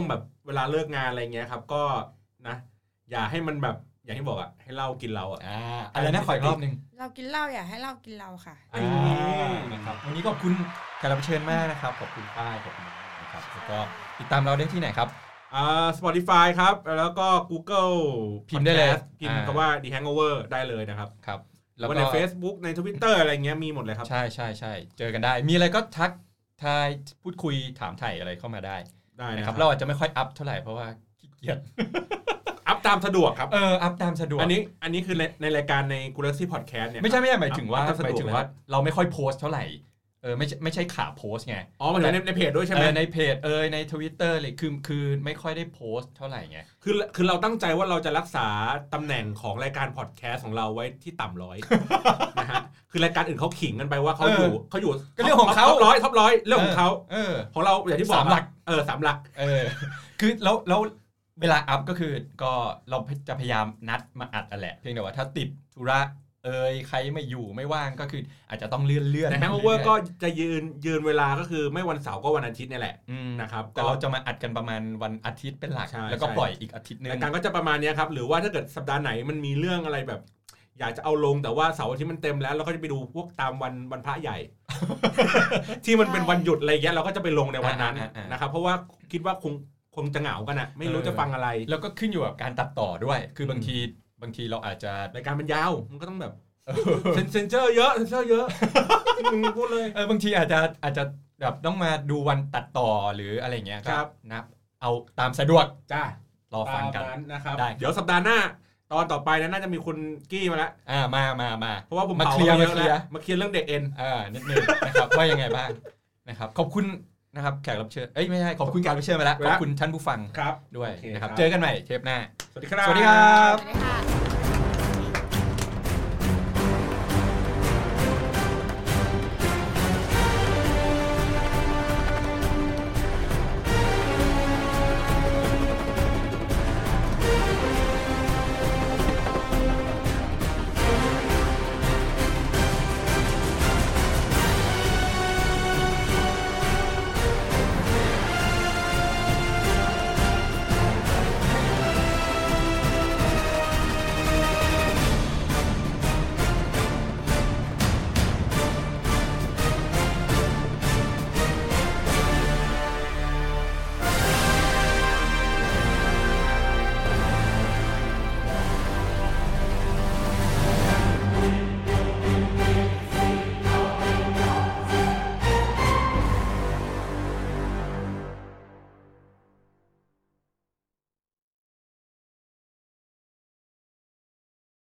เวลาเลิกงานอะไรเงี้ยครับก็นะอย่าให้มันแบบอย่างที่บอกอ่ะให้เหล้ากินเราอ่ะอะไรนะขออีกรอบนึงเรากินเหล้าอย่าให้เหล้ากินเราค่ะอ่านะครับวันนี้ขอบคุณแขกรับเชิญมากนะครับขอบคุณป้ายขอบคุณนะครับแล้วก็ติดตามเราได้ที่ไหนครับอ่า Spotify ครับแล้วก็ Google พิมพ์ได้เลยพิมพ์คำว่า The Hangover ได้เลยนะครับครับแล้วก็ใน Facebook ใน Twitter อะไรเงี้ยมีหมดเลยครับใช่ๆๆเจอกันได้มีอะไรก็ทักทายพูดคุยถามไถ่อะไรเข้ามาได้ได้นะครับเราอาจจะไม่ค่อยอัพเท่าไหร่เพราะว่าขี้เกียจอัพตามสะดวกครับเอออัพตามสะดวกอันนี้อันนี้คือในในรายการใน Galaxy Podcast เนี่ยไม่ใช่ไม่ใช่หมายถึงว่าหมายถึงว่าเราไม่ค่อยโพสเท่าไหร่เออไม่ใช่ไม่ใช่ขาโพสไงอ๋อมันอยู่ในในเพจด้วยใช่ไหมเออในเพจเออใน Twitter เลยคือคือไม่ค่อยได้โพสเท่าไหร่ไงคือคือเราตั้งใจว่าเราจะรักษาตำแหน่งของรายการพอดแคสต์ของเราไว้ที่ต่ำร้อยนะฮะคือรายการอื่นเขาขิงกันไปว่าเขาอยู่เขาอยู่ก็เรื่องของเขาท็อปร้อยท็อปร้อยเรื่องของเขาของเราอย่างที่บอกสามหลักเออสามหลักเออคือแล้วแล้วเวลาอัพก็คือก็เราจะพยายามนัดมาอัดนั่นแหละเพียงแต่ว่าถ้าติดธุระเอ้ยใครไม่อยู่ไม่ว่างก็คืออาจจะต้องเลื่อนเลื่อนแต่ Hangover ก็จะยืนยืนเวลาก็คือไม่วันเสาร์ก็วันอาทิตย์นี่แหละนะครับแต่เราจะมาอัดกันประมาณวันอาทิตย์เป็นหลักแล้วก็ปล่อยอีกอาทิตย์นึงรายการก็จะประมาณนี้ครับหรือว่าถ้าเกิดสัปดาห์ไหนมันมีเรื่องอะไรแบบอยากจะเอาลงแต่ว่าเสาร์อาทิตย์มันเต็มแล้วเราก็จะไปดูพวกตามวันวันพระใหญ่ ที่มันเป็นวันหยุดอะไรเงี้ยเราก็จะไปลงในวันนั้นนะครับเพราะว่าคิดว่าคงคงจะเหงากันอ่ะไม่รู้จะฟังอะไรแล้วก็ขึ้นอยู่กับการตัดต่อด้วยคือบางทีบางทีเราอาจจะรายการมันยาวมันก็ต้องแบบเซนเซอร์เยอะเซนเซอร์เยอะพูดเลยเออบางทีอาจจะอาจจะแบบต้องมาดูวันตัดต่อหรืออะไรเงี้ยครับนับเอาตามสะดวกจ้ารอฟังกันนะครับเดี๋ยวสัปดาห์หน้าตอนต่อไปน่าจะมีคุณกี้มาแล้วอ่ามามามาเพราะว่าผมมาเคลียร์มาเคลียร์มาเคลียร์เรื่องเด็กเอ็นอ่านิดนึงนะครับว่ายังไงบ้างนะครับขอบคุณนะครับแขกรับเชิญเอ้ยไม่ใช่ขอบคุณการรับเชิญมาแล้วขอบคุณท่านผู้ฟังด้วยนะครับเจอกันใหม่เทปหน้าสวัสดีครับสวัสดีครับ